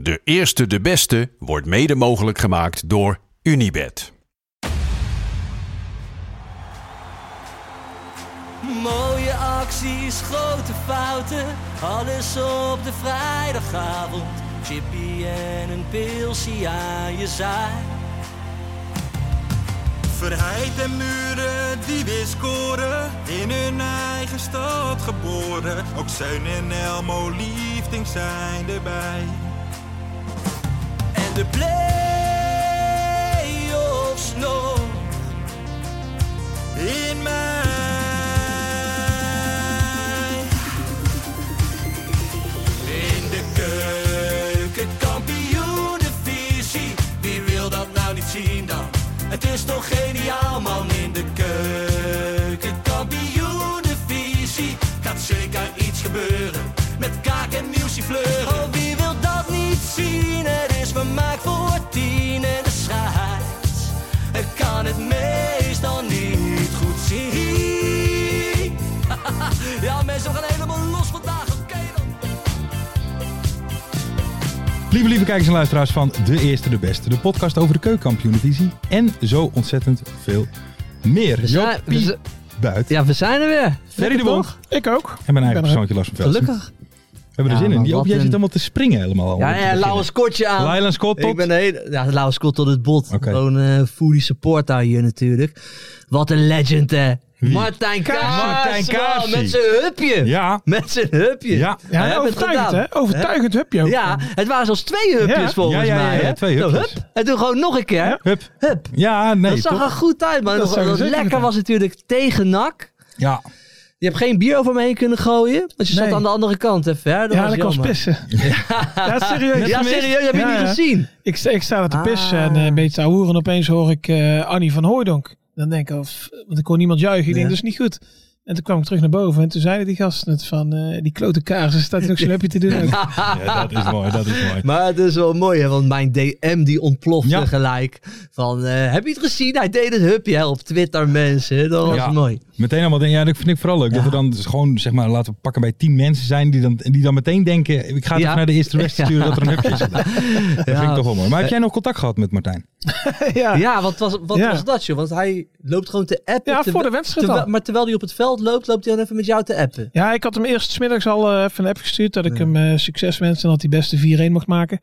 De eerste, de beste wordt mede mogelijk gemaakt door Unibet. Mooie acties, grote fouten, alles op de vrijdagavond. Chippy en een pilsie aan je zaai. Verheid en Muren die weer scoren, in hun eigen stad geboren. Ook Zeun en Elmo Liefding zijn erbij. En de play-offs nog In mij. in de keuken, kampioenenvisie. Wie wil dat nou niet zien dan? Het is toch geniaal man, in de keuken, kampioenenvisie. Gaat zeker iets gebeuren, met kaak en nieuwsie fleuren. Oh, wie wil dat niet zien? Het is vermaakt voor 10 en de scheids. Ik kan het meestal niet goed zien. Ja mensen, we gaan helemaal los vandaag, oké dan. Lieve kijkers en luisteraars van De Eerste de Beste. De podcast over de keukenkampioen-divisie. En zo ontzettend veel meer. Joppie Buit. Ja, we zijn er weer. Ferry de Bond. Ik ook. En mijn eigen persoontje Lars van Velsen. Gelukkig. We hebben er zin in. Joop, jij zit helemaal te springen helemaal. Ja, lauwe Scottje aan. Lailan Scott tot... Ik ben lauwe Scott tot het bot. Oké. Gewoon foodie supporter hier natuurlijk. Wat een legend hè. Martijn Kaars. Met zijn hupje. Ja. Met zijn hupje. Ja. We hebben het Overtuigend, gedaan. hè? Overtuigend heb je ook. Ja, het waren zelfs 2 hupjes volgens mij. Hè? 2 Zo, hupjes. hup. En toen gewoon nog een keer. Hup. Hup. Ja, nee, Dat zag toch? er goed uit, man. Dat zag er Dat zeker lekker goed was natuurlijk tegen NAC. Ja. Je hebt geen bier over me heen kunnen gooien. Want je zat Nee. aan de andere kant even. Hè? Dat Ja, was ik was jammer. pissen. Ja, serieus. Ja, serieus, heb je Ja, niet ja. gezien? Ik sta er te pissen en een beetje te ahoeren. En opeens hoor ik Annie van Hooijdonk. Dan denk ik, want ik hoor niemand juichen. Ik denk, dat is niet goed. En toen kwam ik terug naar boven. En toen zeiden die gasten het van, die klote kaarsen. Staat hij nog zo'n hupje te doen ook. Ja, dat is mooi. Maar het is wel mooi, hè? Want mijn DM die ontplofte Ja. gelijk. Van, heb je het gezien? Hij deed het hupje hè, op Twitter, mensen. Dat was Ja. mooi. Meteen allemaal denken, ja, dat vind ik vooral leuk. Ja. Dat we dan dus gewoon, zeg maar, laten we pakken bij 10 mensen zijn die dan meteen denken, ik ga het Ja. even naar de eerste de beste sturen dat er een hupje is. Dat vind ik toch wel mooi. Maar heb jij nog contact gehad met Martijn? Ja. Ja, wat was dat, joh? Want hij loopt gewoon te appen. Ja, voor de wedstrijd al. Maar terwijl hij op het veld loopt hij dan even met jou te appen. Ja, ik had hem eerst 's middags al even een app gestuurd. Dat ik hem succes wens en dat hij best de 4-1 mocht maken.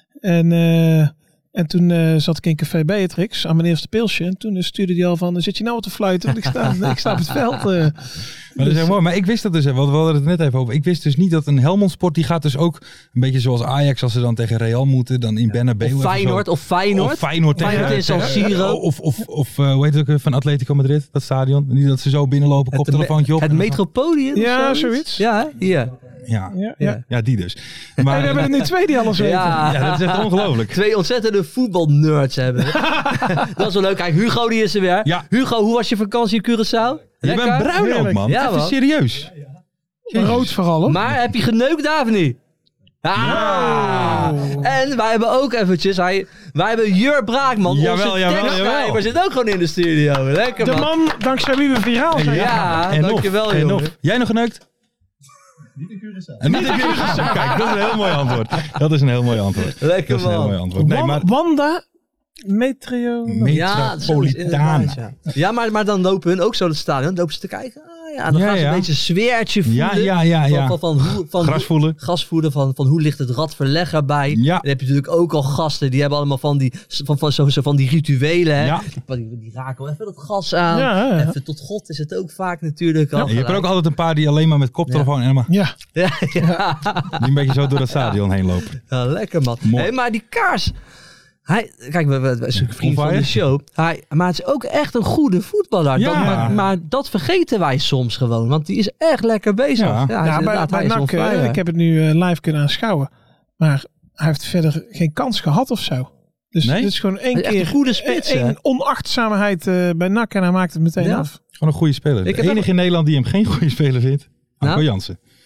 En toen zat ik in Café Beatrix aan mijn eerste pilsje. En toen stuurde hij al van, zit je nou wat te fluiten? Want ik sta op het veld. Maar dat is heel mooi. Maar ik wist dat dus, want we hadden het net even over. Ik wist dus niet dat een Helmond Sport, die gaat dus ook een beetje zoals Ajax, als ze dan tegen Real moeten, dan in Bernabeu. Of Feyenoord. Of Feyenoord Feyenoord in San Siro. Of hoe heet het ook, van Atletico Madrid, dat stadion. Niet dat ze zo binnenlopen, koptelefoontje op. Het Metropolitan. Ja, of zoiets. Ja, hè? Hier. Ja, die dus. En Maar we hebben er nu 2 die alles weten. ja, dat is echt ongelooflijk. 2 ontzettende voetbalnerds hebben. Dat is wel leuk. Kijk, Hugo die is er weer. Ja. Hugo, hoe was je vakantie in Curaçao? Je bent bruin ook, Heerlijk. man. Ja, Even man. serieus. Rood vooral, hoor. Maar heb je geneukt, Davini? Ah! En wij hebben ook eventjes... Wij hebben Jur Braakman, Jawel, onze jawel, tekstschrijver, jawel. zit ook gewoon in de studio. Lekker, De man. man dankzij wie we viraal zijn. Ja, En dankjewel, nog, en jongen. nog. Jij nog geneukt? Niet in Curaçao. Niet in Curaçao. Kijk, dat is een heel mooi antwoord. Dat is een heel mooi antwoord. Lekker, Dat is een heel man. mooi antwoord. Nee, maar Wanda Metro. Ja, zo is het Metropolitana. inderdaad, ja. Ja, maar dan lopen hun ook zo het stadion. Dan lopen ze te kijken. Ah, ja, dan Ja, gaan ze ja. een beetje een sfeertje voelen. Ja. Van Gras voelen. Gas voelen van hoe ligt het radverleg erbij. Ja. Dan heb je natuurlijk ook al gasten. Die hebben allemaal van die rituelen. Hè? Ja. Die raken wel even dat gas aan. Ja. Even tot God is het ook vaak natuurlijk al. En je hebt er ook altijd een paar die alleen maar met koptelefoon en maar Ja. Ja, die een beetje zo door dat stadion heen lopen. ja, lekker man. Mooi. Hey, maar die Kaars... Kijk, we zijn vriend van de show. Maar het is ook echt een goede voetballer. Ja. Maar dat vergeten wij soms gewoon. Want die is echt lekker bezig. Ja. hij is Ja, inderdaad, bij hij is NAC, on fire. ik heb het nu live kunnen aanschouwen. Maar hij heeft verder geen kans gehad of zo. Dus Nee? dit is gewoon één Echt keer een goede spits, hè? een onachtzaamheid bij NAC en hij maakt het meteen Ja. af. Gewoon een goede speler. Ik De heb enige in Nederland die hem geen goede speler vindt. Marco Nou? Jansen.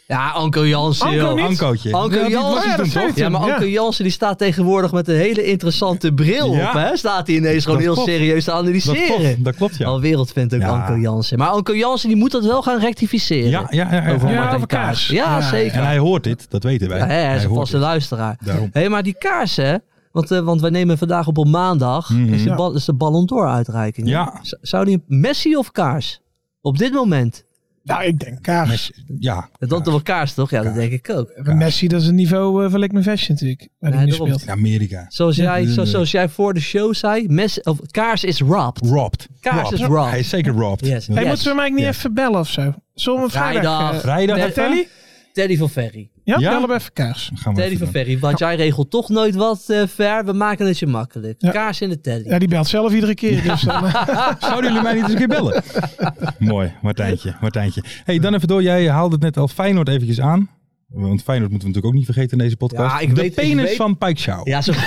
Ja, Anko Jansen. Anko niet? Ankootje. Anko Ja, die Jansen. was iets doen, zei toch? hij. Ja, maar Anko Ja. Jansen die staat tegenwoordig met een hele interessante bril Ja. op. Hè? Staat hij ineens gewoon Dat heel klopt. serieus te analyseren. Dat klopt, ja. Al wereld vindt ook Ja. Anko Jansen. Maar Anko Jansen die moet dat wel gaan rectificeren. Ja. Over Ja, Martijn over Kaars. Kaars. Ja, Ja, zeker. En hij hoort dit, dat weten wij. Ja, hij is een hoort vaste dit. luisteraar. Daarom. Hé, maar die Kaars, hè? Want wij nemen vandaag op maandag. Mhm. Is de Ballon d'Or uitreiking. hè? Ja. Zou die Messi of Kaars? Op dit moment. Nou, ik denk Kaars. Ja. Dat toch wel Kaars, toch? Ja, dat denk ik ook. Messi, dat is een niveau van Leek me Fashion natuurlijk. Waar hij Nee, nu daarom. speelt. In Amerika. Zoals jij voor de show zei, Kaars is robbed. Robbed. Kaars is Hij robbed. is zeker robbed. Yes. Hey, Yes. moeten we hem eigenlijk niet even bellen of zo? Zullen we hem Vrijdag. Vrijdag Nee, even? Teddy? Teddy van Ferry. Ja, Ja? bellen we even Kaars. Gaan we Teddy even van doen. Ferry, want jij regelt toch nooit wat ver. We maken het je makkelijk. Ja. Kaars in de Teddy. Ja, die belt zelf iedere keer. Dus dan, Zouden jullie mij niet eens een keer bellen? Mooi, Martijntje. Hey, dan even door. Jij haalde het net al Feyenoord eventjes aan. Want Feyenoord moeten we natuurlijk ook niet vergeten in deze podcast. Ja, ik de weet- penis ik weet- van Pike Shaw. Ja, zo.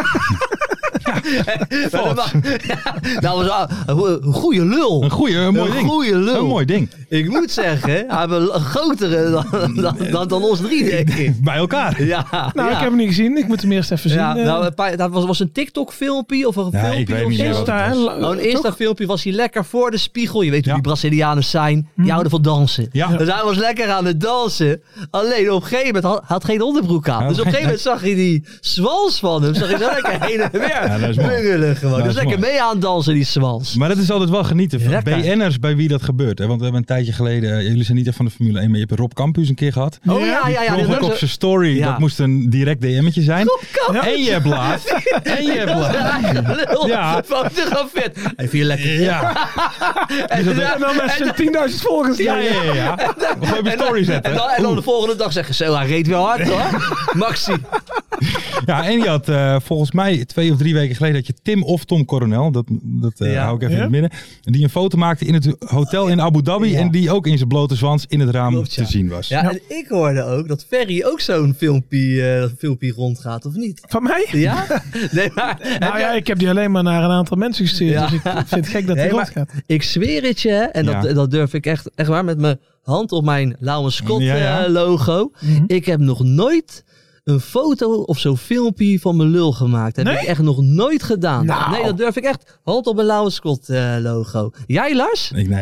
Dat was een goede lul. Een mooi ding. Goeie lul. Een mooi ding. Ik moet zeggen, hij heeft een grotere dan ons drie, denk ik. Bij elkaar. Ja, nou, ja. ik heb hem niet gezien. Ik moet hem eerst even zien. Ja, nou, dat was een TikTok-filmpje of een Ja, filmpje. ik weet of niet zo. meer wat Insta, het hè? was. Oh, een Insta-filmpje was hij lekker voor de spiegel. Je weet hoe Ja. die Brazilianen zijn. Die houden van dansen. Ja. Dus hij was lekker aan het dansen. Alleen op een gegeven moment had hij geen onderbroek aan. Ja, Dus op een gegeven moment zag je die zwans van hem. Zag je zo lekker heen en weer. Ja, dat is mooi. Bungelen gewoon. Dat Dus is lekker mooi. mee aan dansen, die zwans. Maar dat is altijd wel genieten van Lekker. BN'ers bij wie dat gebeurt. Hè? Want we hebben een tijdje geleden, jullie zijn niet echt van de Formule 1, maar je hebt Rob Campus een keer gehad. Oh ja. Per dit ongeluk was op zijn story, Ja. dat moest een direct DM'tje zijn. En je hebt laat. En je hebt laat. Ja. Fotografeerd. Hij viel lekker. Ja. Die zat er- En dan met zijn 10.000 volgers. Ja. Gewoon op je story zetten. En dan de volgende dag zeggen ze, hij reed wel hard hoor. Maxi. Ja, en je had volgens mij 2 of 3 weken geleden had je Tim of Tom Coronel, dat Ja. hou ik even Ja? in het midden, die een foto maakte in het hotel in Abu Dhabi Ja. en die ook in zijn blote zwans in het raam Klopt, ja. te zien was. Ja, en ik hoorde ook dat Ferry ook zo'n filmpje rondgaat, of niet? Van mij? Ja? Nee, maar... Nou ja, ik heb die alleen maar naar een aantal mensen gestuurd. Ja. Dus ik vind het gek dat hij Nee, maar rondgaat. ik zweer het je, hè, en Ja. dat durf ik echt waar, met mijn hand op mijn Lauwen Scott Ja. logo. Mhm. Ik heb nog nooit een foto of zo'n filmpje van mijn lul gemaakt. Dat heb Nee? ik echt nog nooit gedaan. Nou. Nee, dat durf ik echt. Hand op mijn Lauwen Scott logo. Jij, Lars? Nee.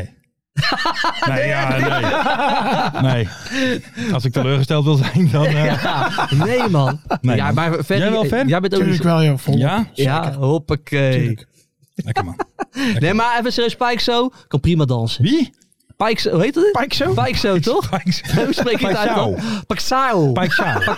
Nee. Als ik teleurgesteld wil zijn, dan... Ja. Nee, man. Nee, ja, man. maar Ferry, Jij wel fan? Jij bent ook Tuurlijk niet zo- wel, joh. Vol. Ja? Ja, hoppakee. Tuurlijk. Lekker man. Nee, maar even serieus, Pike zo kan prima dansen. Wie? Pike zo, hoe heet het? Pike zo? Pike zo, toch? Hoe spreek je het uit dan? Pike zo. Pike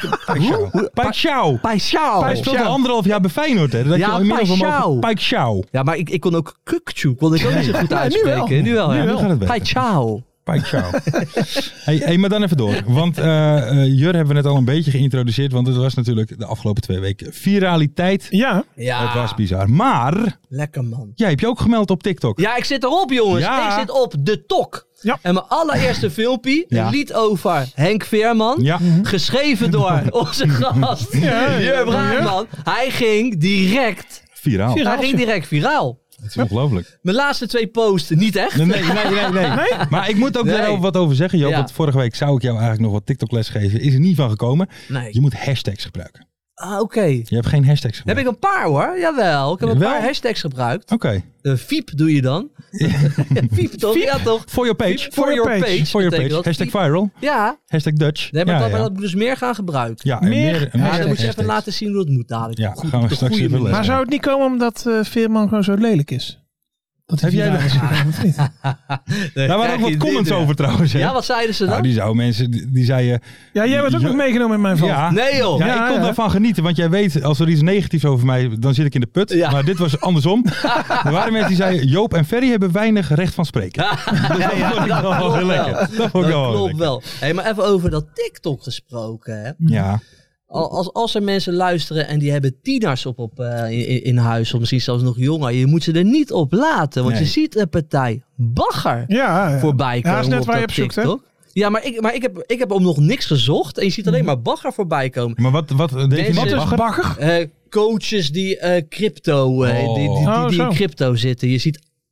Shaw. Pike zo. Hij speelde 1,5 jaar bij Feyenoord. Hè? Dat Ja, je al inmiddels Pike wel mogen- Shaw. Pike Shaw. Ja, maar ik kon ook Kukchu, kon ik ook niet zo goed nu uitspreken. wel. Nu wel, ja. Nu gaat het beter. Pike Chow. Pike Shaw. hey, maar dan even door. Want Jur hebben we net al een beetje geïntroduceerd. Want het was natuurlijk de afgelopen 2 weken viraliteit. Ja. Ja, Het was bizar. Maar lekker man. jij heb je ook gemeld op TikTok. Ja, ik zit erop, jongens. Ja. Ik zit op de tok. Ja. En mijn allereerste filmpje, Ja. een lied over Henk Veerman. Ja. Geschreven door onze gast, Jur Braakman. Hij ging direct Viraal. Viraal. Hij ging direct viraal. Het is ongelooflijk. Mijn laatste 2 posts niet echt. Nee. Maar ik moet ook Nee. daar wat over zeggen, Joop. Ja. Want vorige week zou ik jou eigenlijk nog wat TikTok-les geven. Is er niet van gekomen. Nee. Je moet hashtags gebruiken. Ah, oké. Je hebt geen hashtags Heb gebruikt. ik een paar hoor. Jawel. Ik heb een Jawel? paar hashtags gebruikt. Oké. Fiep doe je dan. Fiep toch? Ja toch? For your page. For your page. For your betekent page. dat Hashtag Fiep. viral. Ja. Hashtag Dutch. Nee, maar ja, dat, ja. dat moet ik dus meer gaan gebruiken. Ja, en Meer? meer Ja, dan hashtags. moet je even laten zien hoe het moet dadelijk. Ja, Goed, gaan we op de straks goede even manier. Maar zou het niet komen omdat Veerman gewoon zo lelijk is? Dat Heb jij er? Of niet? Daar waren ook wat comments over trouwens. Hè? Ja, wat zeiden ze dan? Nou, die zouden mensen, die zeiden... Ja, jij werd ook Ja. nog meegenomen in mijn val. Ja, Nee joh. ja, Ja, ik kon ja. daarvan genieten. Want jij weet, als er iets negatiefs over mij, dan zit ik in de put. Ja. Maar dit was andersom. Er waren mensen die zeiden, Joop en Ferry hebben weinig recht van spreken. Dus dat vond ik wel klopt heel lekker. wel. Dat vond ik wel Dat klopt lekker. wel. Hey, maar even over dat TikTok gesproken. Hè. Ja, Als er mensen luisteren en die hebben tieners in huis, of misschien zelfs nog jonger, je moet ze er niet op laten. Want Nee. je ziet een partij bagger Ja. voorbij komen Ja, dat is net op waar je dat op zoekt, hè? TikTok. Ja, maar ik heb om nog niks gezocht en je ziet alleen maar bagger voorbij komen. maar wat definieert Wat is bagger? Bagger? Coaches die crypto, Oh. die Oh, in zo. crypto zitten. Je ziet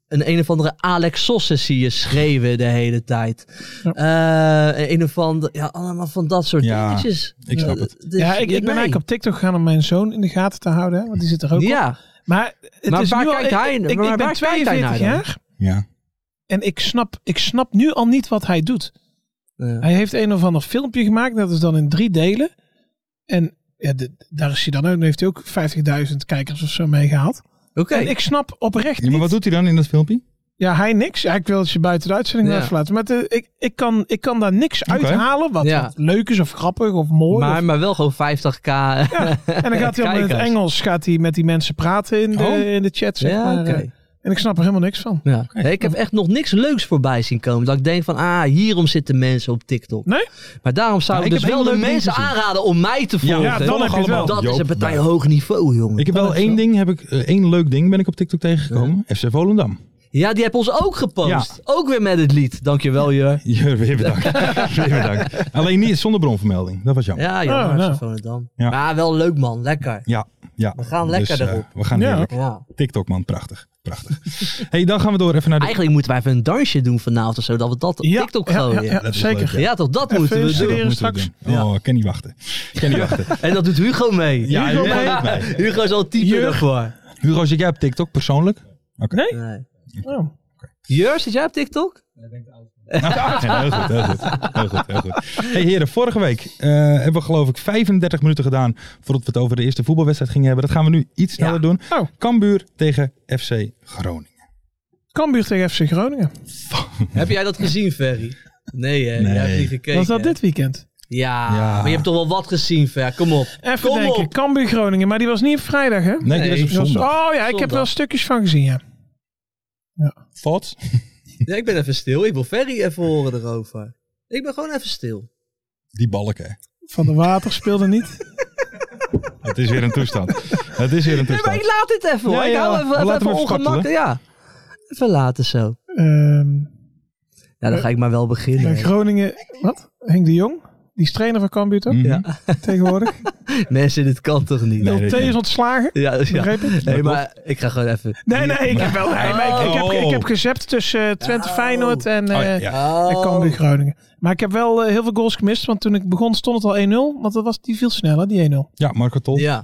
een of andere Alex Sossen zie je schreeuwen de hele tijd. Een of andere, ja, allemaal van dat soort dingetjes. Ik snap het. Dus, Ja, ik ben eigenlijk op TikTok gegaan om mijn zoon in de gaten te houden. Hè, want die zit er ook op. Ja, Maar het maar is waar nu al, kijkt hij? ik Maar ben waar kijkt hij 42 naar dan? jaar. Ja. En ik snap nu al niet wat hij doet. Hij heeft een of ander filmpje gemaakt. Dat is dan in 3 delen. En ja, daar is hij dan ook. Dan heeft hij ook 50.000 kijkers of zo mee gehaald. Oké. En ik snap oprecht Maar niet. wat doet hij dan in dat filmpje? Ja, hij niks. Ja, ik wil het je buiten de uitzending laten laten. Maar ik kan daar niks uithalen wat leuk is of grappig of mooi. Maar wel gewoon 50k. Ja. En dan gaat hij al in het Engels met die mensen praten in de chat. Zeg maar. Okay. En ik snap er helemaal niks van. Ja. Okay. Ik heb echt nog niks leuks voorbij zien komen. Dat ik denk van, hierom zitten mensen op TikTok. Nee? Maar daarom zou ik dus wel de mensen aanraden om mij te volgen. Ja, dan heb je het wel. Dat is een partij hoog niveau, jongen. Ik heb wel één leuk ding ben ik op TikTok tegengekomen. FC Volendam. Ja, die heb ons ook gepost. Ja. Ook weer met het lied. Dankjewel, Jur. Weer bedankt. Alleen niet zonder bronvermelding. Dat was jammer. Ja, Volendam. Ja. Maar wel leuk, man. Lekker. Ja. We gaan lekker erop. We gaan heerlijk. Ja. TikTok, man. Prachtig. Hey, dan gaan we door even naar Eigenlijk moeten wij even een dansje doen vanavond of zo, dat we dat op TikTok gooien. Ja, dat zeker. Leuk, ja, toch, dat even moeten we doen. Straks. Oh, ik kan niet wachten. En dat doet Hugo mee. Ja, Hugo is al type ervoor. Hugo, zit jij op TikTok persoonlijk? Okay. Nee. Oh. Jur, zit jij op TikTok? Heel goed. Hey heren, vorige week hebben we geloof ik 35 minuten gedaan voordat we het over de eerste voetbalwedstrijd gingen hebben. Dat gaan we nu iets sneller doen. Cambuur tegen FC Groningen. Cambuur tegen FC Groningen. Heb jij dat gezien, Ferry? Nee, jij hebt niet gekeken. Was dat dit weekend? Ja, maar je hebt toch wel wat gezien, Fer. Kom op. Even denken, Cambuur Groningen, maar die was niet op vrijdag, hè? Nee, die was op zondag. Ik heb wel stukjes van gezien, ja. Thoughts? Ja, ik ben even stil. Ik wil Ferry even horen erover. Ik ben gewoon even stil. Die balken. Van der Water speelde niet. Het is weer een toestand. Nee, maar ik laat dit even hoor. Ik hou even ongemakkelijk. Ja. Even laten zo. Ja, dan ga ik maar wel beginnen. Groningen, wat? Henk de Jong? Die is trainer van Cambuur toch? Ja. Tegenwoordig. Mensen, dit kan toch niet? T is ontslagen. Ja. Nee, maar ik ga gewoon even... Nee, ik heb wel... Ik heb gezept tussen Twente Feyenoord en Cambuur Groningen. Maar ik heb wel heel veel goals gemist. Want toen ik begon stond het al 1-0. Want die viel sneller, die 1-0. Ja, Marco Tol. Ja.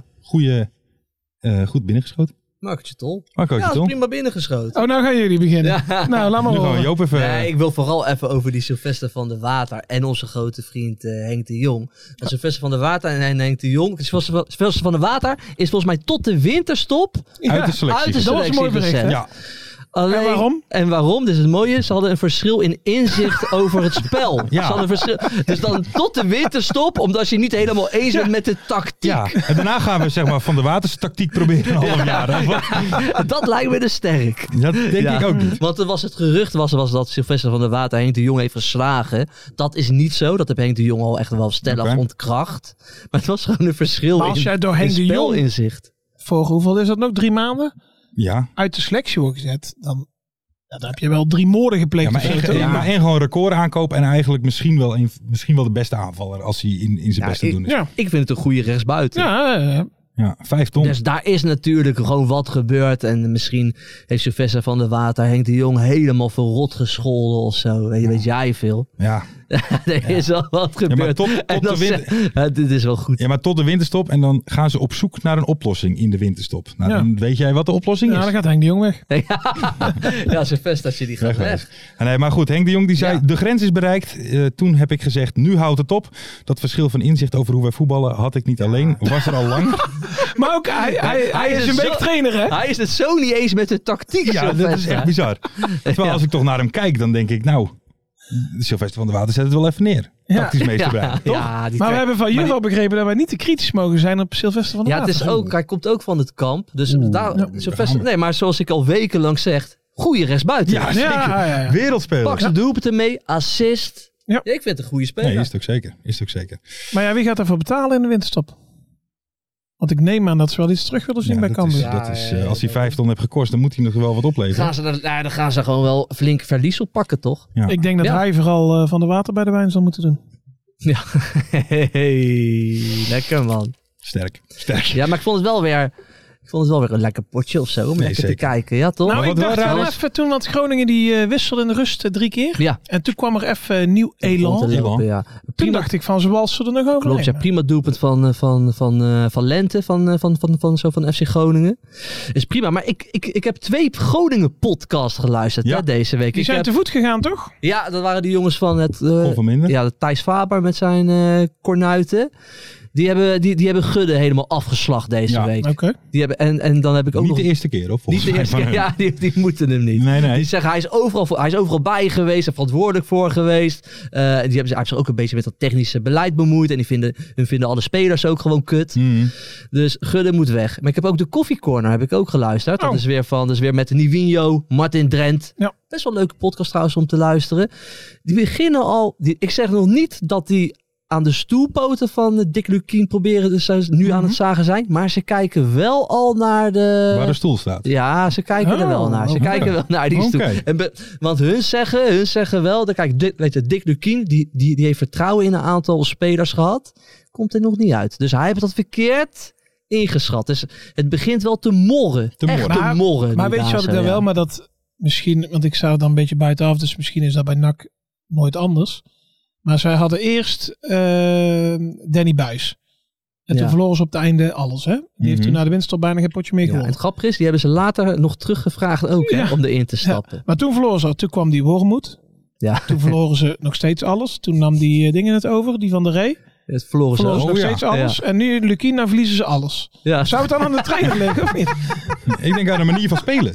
Goed binnengeschoten. Marcootje Tol. Ja, is prima binnengeschoten. Oh, nou gaan jullie beginnen. Ja. Nou, laat maar horen. Joop even... Nee, ik wil vooral even over die Sylvester van der Water en onze grote vriend Henk de Jong. Sylvester van der Water en Henk de Jong. Sylvester van der Water is volgens mij tot de winterstop uit de selectie. Dat was een mooi bericht, hè? Ja. Alleen, en waarom? Dit is het mooie. Ze hadden een verschil in inzicht over het spel. Ja. Ze hadden een verschil. Dus dan tot de winterstop, omdat je niet helemaal eens bent met de tactiek. Ja. En daarna gaan we zeg maar Van der Waters tactiek proberen een half jaar. Ja. Dat lijkt me dus sterk. Dat denk ik ook niet. Want het gerucht was dat Sylvester van der Water Henk de Jong heeft verslagen. Dat is niet zo. Dat heb Henk de Jong al echt wel stellig ontkracht. Maar het was gewoon een verschil als jij door Henk de Jong inzicht. Voor hoeveel is dat nog? 3 maanden? Ja. Uit de selectie wordt gezet, dan heb je wel 3 moorden gepleegd. Maar en gewoon record aankoop en eigenlijk misschien wel de beste aanvaller als hij in zijn beste doen is. Ja. Ik vind het een goede rechtsbuiten. Ja, 5 ton. Dus daar is natuurlijk gewoon wat gebeurd. En misschien heeft Sylvester van der Water Henk de Jong helemaal verrot gescholden of zo. Weet jij veel? Ja. Er is al wat gebeurd. Dit is wel goed. Ja, maar tot de winterstop. En dan gaan ze op zoek naar een oplossing in de winterstop. Nou, dan weet jij wat de oplossing is. Ja, dan gaat Henk de Jong weg. Ja, Sylvester die gaat weg. Nee, maar goed, Henk de Jong die zei, de grens is bereikt. Toen heb ik gezegd, nu houdt het op. Dat verschil van inzicht over hoe wij voetballen had ik niet alleen. Was er al lang. Maar ook, hij is een week trainer, hè? Hij is het zo niet eens met de tactiek. Ja, dat is echt bizar. Terwijl als ik toch naar hem kijk, dan denk ik, nou... Sylvester van der Water zet het wel even neer. Tactisch meesterbrein. Maar we hebben van Juro begrepen dat wij niet te kritisch mogen zijn op Sylvester van der Water. Ja, het is ook, hij komt ook van het kamp. Dus Sylvester, nee, maar zoals ik al wekenlang zeg, goede rechtsbuiten. Ja, zeker. Ja. Wereldspeler. Pak zijn doelpunten mee, assist. Ja. Ik vind het een goede speler. Nee, is het ook zeker. Maar wie gaat ervoor betalen in de winterstop? Want ik neem aan dat ze wel iets terug willen zien bij Cambuur. Als hij 5 ton heeft gekost, dan moet hij nog wel wat opleveren. Dan gaan ze gewoon wel flink verlies op pakken, toch? Ja. Ik denk dat hij vooral Van der Water bij de wijn zal moeten doen. Ja, lekker man. Sterk. Ja, maar ik vond het wel weer... Ik vond het wel weer een lekker potje of zo. Om lekker te kijken. Ja, toch? Nou, Maar ik wat dacht wel wel raar is- even toen, want Groningen die wisselde in de rust 3 keer. Ja. En toen kwam er even nieuw elan. Lopen, ja. Toen Prima, dacht ik van, ze walsen er nog over. klopt, ja, prima doelpunt van Lente van FC Groningen. Is prima. Maar ik heb 2 Groningen podcasts geluisterd Ja. hè, deze week. Die zijn te voet gegaan, toch? Ja, dat waren die jongens van het... Kon van minder. Ja, de Thijs Faber met zijn kornuiten. Die hebben Gudde helemaal afgeslacht deze week. Oké. Die hebben, en dan heb ik ook Niet nog... de eerste keer, of? Niet de eerste keer. Ja, die moeten hem niet. Nee. Die zeggen, hij is overal bij geweest en verantwoordelijk voor geweest. Die hebben zich ook een beetje met dat technische beleid bemoeid. En hun vinden alle spelers ook gewoon kut. Mm. Dus Gudde moet weg. Maar ik heb ook de Coffee Corner heb ik ook geluisterd. Oh. Dat is weer met Nivino, Martin Drent. Ja. Best wel een leuke podcast trouwens om te luisteren. Die beginnen al... ik zeg nog niet dat die aan de stoelpoten van Dick Lukien proberen dus nu aan het zagen zijn. Maar ze kijken wel al naar de... Waar de stoel staat. Ja, ze kijken er wel naar. Ze oké. kijken wel naar die stoel. Oké. Want hun zeggen wel... Kijk, Dick Lukien, die heeft vertrouwen in een aantal spelers gehad. Komt er nog niet uit. Dus hij heeft dat verkeerd ingeschat. Dus het begint wel te morren. Echt te morren. Maar weet je wat ik dan wel, maar dat misschien, want ik sta dan een beetje buitenaf, dus misschien is dat bij NAC nooit anders. Maar zij hadden eerst Danny Buijs. En toen verloren ze op het einde alles. Hè? Die heeft toen na de winststop bijna geen potje meer Ja, en gewonnen. het grappige is, die hebben ze later nog teruggevraagd ook hè, om erin te stappen. Ja. Maar toen verloren ze, toen kwam die Wormoed. Ja. Toen verloren ze nog steeds alles. Toen nam die dingen het over, die van de Ree. Het verloren ze Verloren ze ook. nog steeds alles. En nu Lukien, nou verliezen ze alles. Ja. Zou het dan aan de trainer liggen of niet? Ik denk aan de manier van spelen.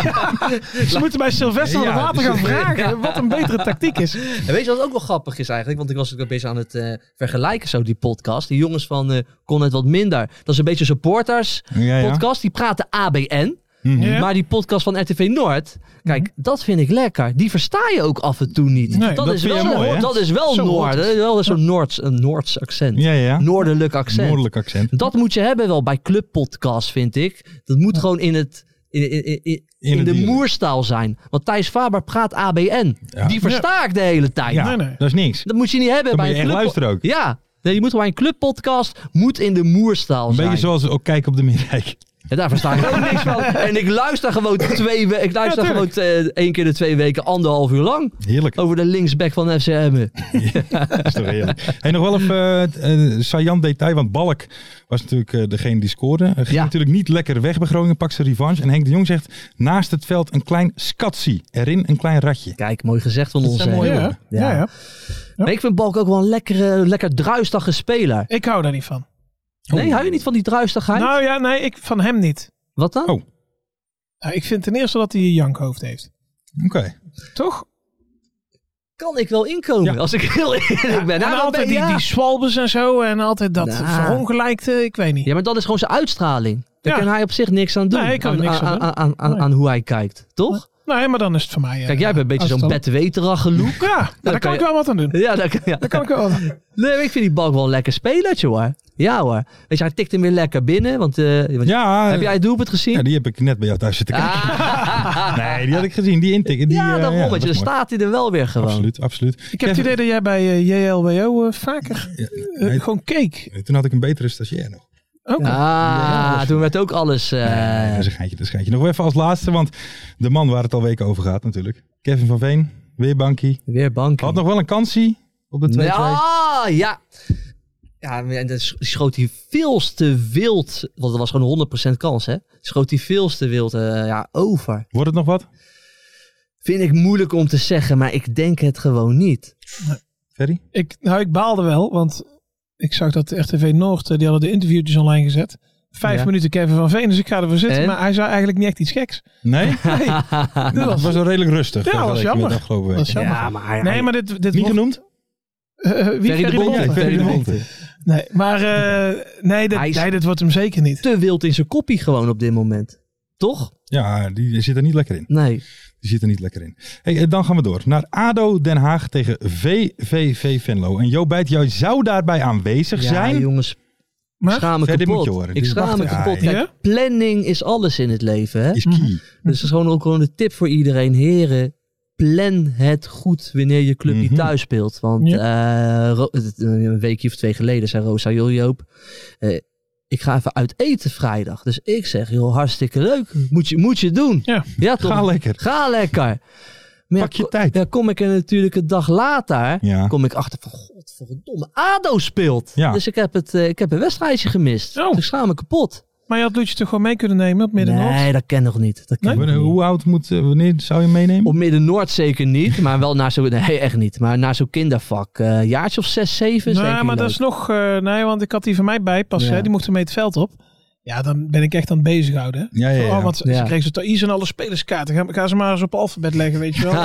Ze moeten bij Sylvester van der Water gaan vragen wat een betere tactiek is. En weet je wat ook wel grappig is eigenlijk? Want ik was ook een beetje aan het vergelijken zo, die podcast. Die jongens van Kon het wat minder. Dat is een beetje supporters podcast. Die praten ABN. Ja. Maar die podcast van RTV Noord, kijk, dat vind ik lekker. Die versta je ook af en toe niet. Nee, dat is vind wel je mooi, hè? dat is wel Zo Noord. hoort Dat is wel zo'n Noords accent. Ja. Noordelijk accent. Noordelijk accent. Dat moet je hebben wel bij clubpodcasts, vind ik. Dat moet gewoon in de dialect. moerstaal zijn. Want Thijs Faber praat ABN. Ja. Die versta ik de hele tijd. Ja, Nee. dat is niks. Dat moet je niet hebben Dan bij moet je een echt club. luisteren ook. Ja. Nee, je moet bij een clubpodcast moet in de moerstaal Een zijn. beetje zoals ook kijken op de Middijk. Ja, daar versta ik ook niks van. En ik luister gewoon 2 weken. Ik luister gewoon 1 keer de 2 weken, 1,5 uur lang. Heerlijk. Over de linksback van FC Emmen. Dat is toch heerlijk. Hey, nog wel even saillant detail. Want Balk was natuurlijk degene die scoorde. Ging natuurlijk niet lekker weg bij Groningen. Pakt zijn revanche. En Henk de Jong zegt naast het veld een klein skatsie. Erin een klein ratje. Kijk, mooi gezegd van Dat ons. zijn mooie hè. woorden. Ja. Maar ik vind Balk ook wel een lekker druistige speler. Ik hou daar niet van. Nee, hou je niet van die druistigheid? Nou ja, nee, ik van hem niet. Wat dan? Oh. Nou, ik vind ten eerste dat hij een jankhoofd heeft. Oké. Toch? Kan ik wel inkomen, Ja. als ik heel eerlijk ben. En Nou, altijd die swalbes en zo. En altijd dat Nou. verongelijkte. Ik weet niet. Ja, maar dat is gewoon zijn uitstraling. Daar Ja. kan hij op zich niks aan doen. Nee, ik kan er niks aan doen. aan hoe hij kijkt, toch? Nee, maar dan is het voor mij... Kijk, jij hebt een beetje zo'n afstand. bedweterige look. Ja, daar kan ik wel wat aan doen. Ja, daar Daar kan ik wel wat aan doen. Nee, maar ik vind die Balk wel een lekker spelertje hoor. Ja hoor. Weet je, hij tikt hem weer lekker binnen. Want Ja, heb jij het doelpunt gezien? ja, die heb ik net bij jou thuis zitten kijken. Nee, die had ik gezien. Die intikken. Die, Ja, daarom. dat weet je, is dan mooi. staat hij er wel weer gewoon. Absoluut. Ik heb het idee dat jij bij JLWO vaker nee. gewoon keek. Toen had ik een betere stagiair nog. Oké. Toen werd ook alles... Nee, dat is een geintje, dat is een geintje. Nog even als laatste, want de man waar het al weken over gaat natuurlijk. Kevin van Veen, weer bankie. Weer bank. Had nog wel een kansie op de 2-2. Ja. Ja, en dan schoot hij veel te wild. Want dat was gewoon 100% kans, hè? Schoot hij veel te wild over. Wordt het nog wat? Vind ik moeilijk om te zeggen, maar ik denk het gewoon niet. Ferry? Ik baalde wel, want ik zag dat RTV Noord, die hadden de interviewtjes online gezet. 5 minuten Kevin van Veen, dus ik ga ervoor zitten. En? Maar hij zei eigenlijk niet echt iets geks. Nee? Nee, Dat was wel redelijk rustig. Ja, was vergeleken jammer. met de afgelopen week. dat is jammer. Ja, maar Nee, maar dit Niet wordt... genoemd? Wie? Ferry de Bonte. Ja, Ferry de Bonte. Nee, maar dit wordt hem zeker niet. te wild in zijn koppie gewoon op dit moment. Toch? Ja, die zit er niet lekker in. Nee. Die zit er niet lekker in. Hey, dan gaan we door naar ADO Den Haag tegen VVV Venlo. En Joop, jij zou daarbij aanwezig zijn. Ja, jongens. Ik Maar? schaam me Verder moet je kapot. horen. Ik Dus schaam me wacht, ja, kapot. ja. Kijk, planning is alles in het leven. Hè? Is key. Dus dat is gewoon een tip voor iedereen. Heren, plan het goed wanneer je clubje thuis speelt. Want een weekje of 2 geleden zei Rosa Joop... ik ga even uit eten vrijdag. Dus ik zeg, joh, hartstikke leuk. Moet je doen. Ja, toch? Ga lekker. Maar Pak je tijd. Ja, kom ik er natuurlijk een dag later, Ja. kom ik achter van, godverdomme, ADO speelt. Ja. Dus ik heb een wedstrijdje gemist. Oh. Dus ik schaam me kapot. Maar je had Loetje toch gewoon mee kunnen nemen op Midden-Noord? Nee, dat ken nog niet. Dat ken Nee? nog niet. Hoe oud wanneer zou je meenemen? Op Midden-Noord zeker niet, maar wel naar zo'n, nee echt niet, maar naar zo'n kindervak. Jaartje of 6, 7 is denk Nou, ik maar dat leuk. is nog... nee, want ik had die van mij bij pas. Ja. Hè, die mochten mee het veld op. Ja, dan ben ik echt aan het bezighouden. Hè. Ja. Oh, want Ja. ze kregen ze Thais en alle spelerskaarten. Ga ze maar eens op alfabet leggen, weet je wel.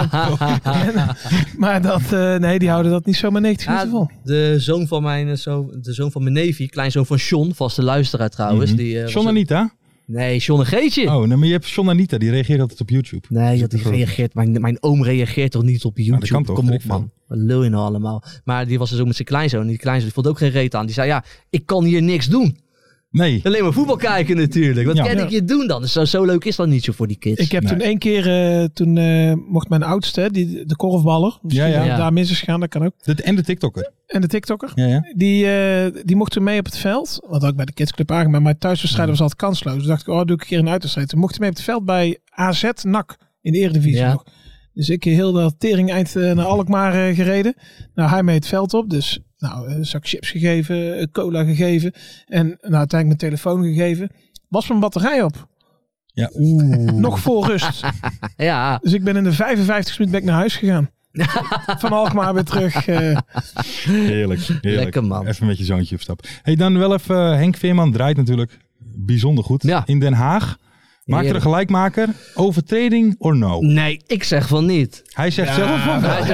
Maar nee, die houden dat niet zomaar 90 minuten vol. De zoon van mijn neefje, kleinzoon van Sean, vaste luisteraar trouwens. Mhm. Die, John Anita? Nee, Sean een Geetje. Oh, nee, maar je hebt John Anita, die reageert altijd op YouTube. Nee, die reageert. Mijn oom reageert toch niet op YouTube? dat kan toch, Kom weet op, ik man. Wat lul je nou allemaal? Maar die was dus ook met zijn kleinzoon. En die kleinzoon die vond ook geen reet aan. Die zei, ja, ik kan hier niks doen. Nee. Alleen maar voetbal kijken natuurlijk. Wat Ja. kan ik hier doen dan? Dus zo leuk is dat niet zo voor die kids. Ik heb toen één keer, mocht mijn oudste, de korfballer, misschien Ja. daar mis is gegaan, dat kan ook. En de TikToker. En de TikToker. Ja. Die mochten mee op het veld. Wat ook bij de kidsclub aangemaakt. Maar thuiswedstrijden was altijd kansloos. Dus dacht ik, doe ik een keer een uitwedstrijd. Toen mochten mee op het veld bij AZ NAC in de Eredivisie Ja. nog. Dus ik heel dat tering eind naar Alkmaar gereden. Nou, hij mee het veld op. Dus een zak chips gegeven, cola gegeven. En uiteindelijk mijn telefoon gegeven. Was mijn batterij op. Ja. Nog voor rust. Ja. Dus ik ben in de 55 minuten naar huis gegaan. Van Alkmaar weer terug. Heerlijk. Lekker, man. Even met je zoontje op stap. Hey, dan wel even, Henk Veerman draait natuurlijk bijzonder goed. Ja. In Den Haag. Maakt er een Heerlijk. gelijkmaker. Overtreding or no? Nee, ik zeg van niet. Hij zegt zelf van wel.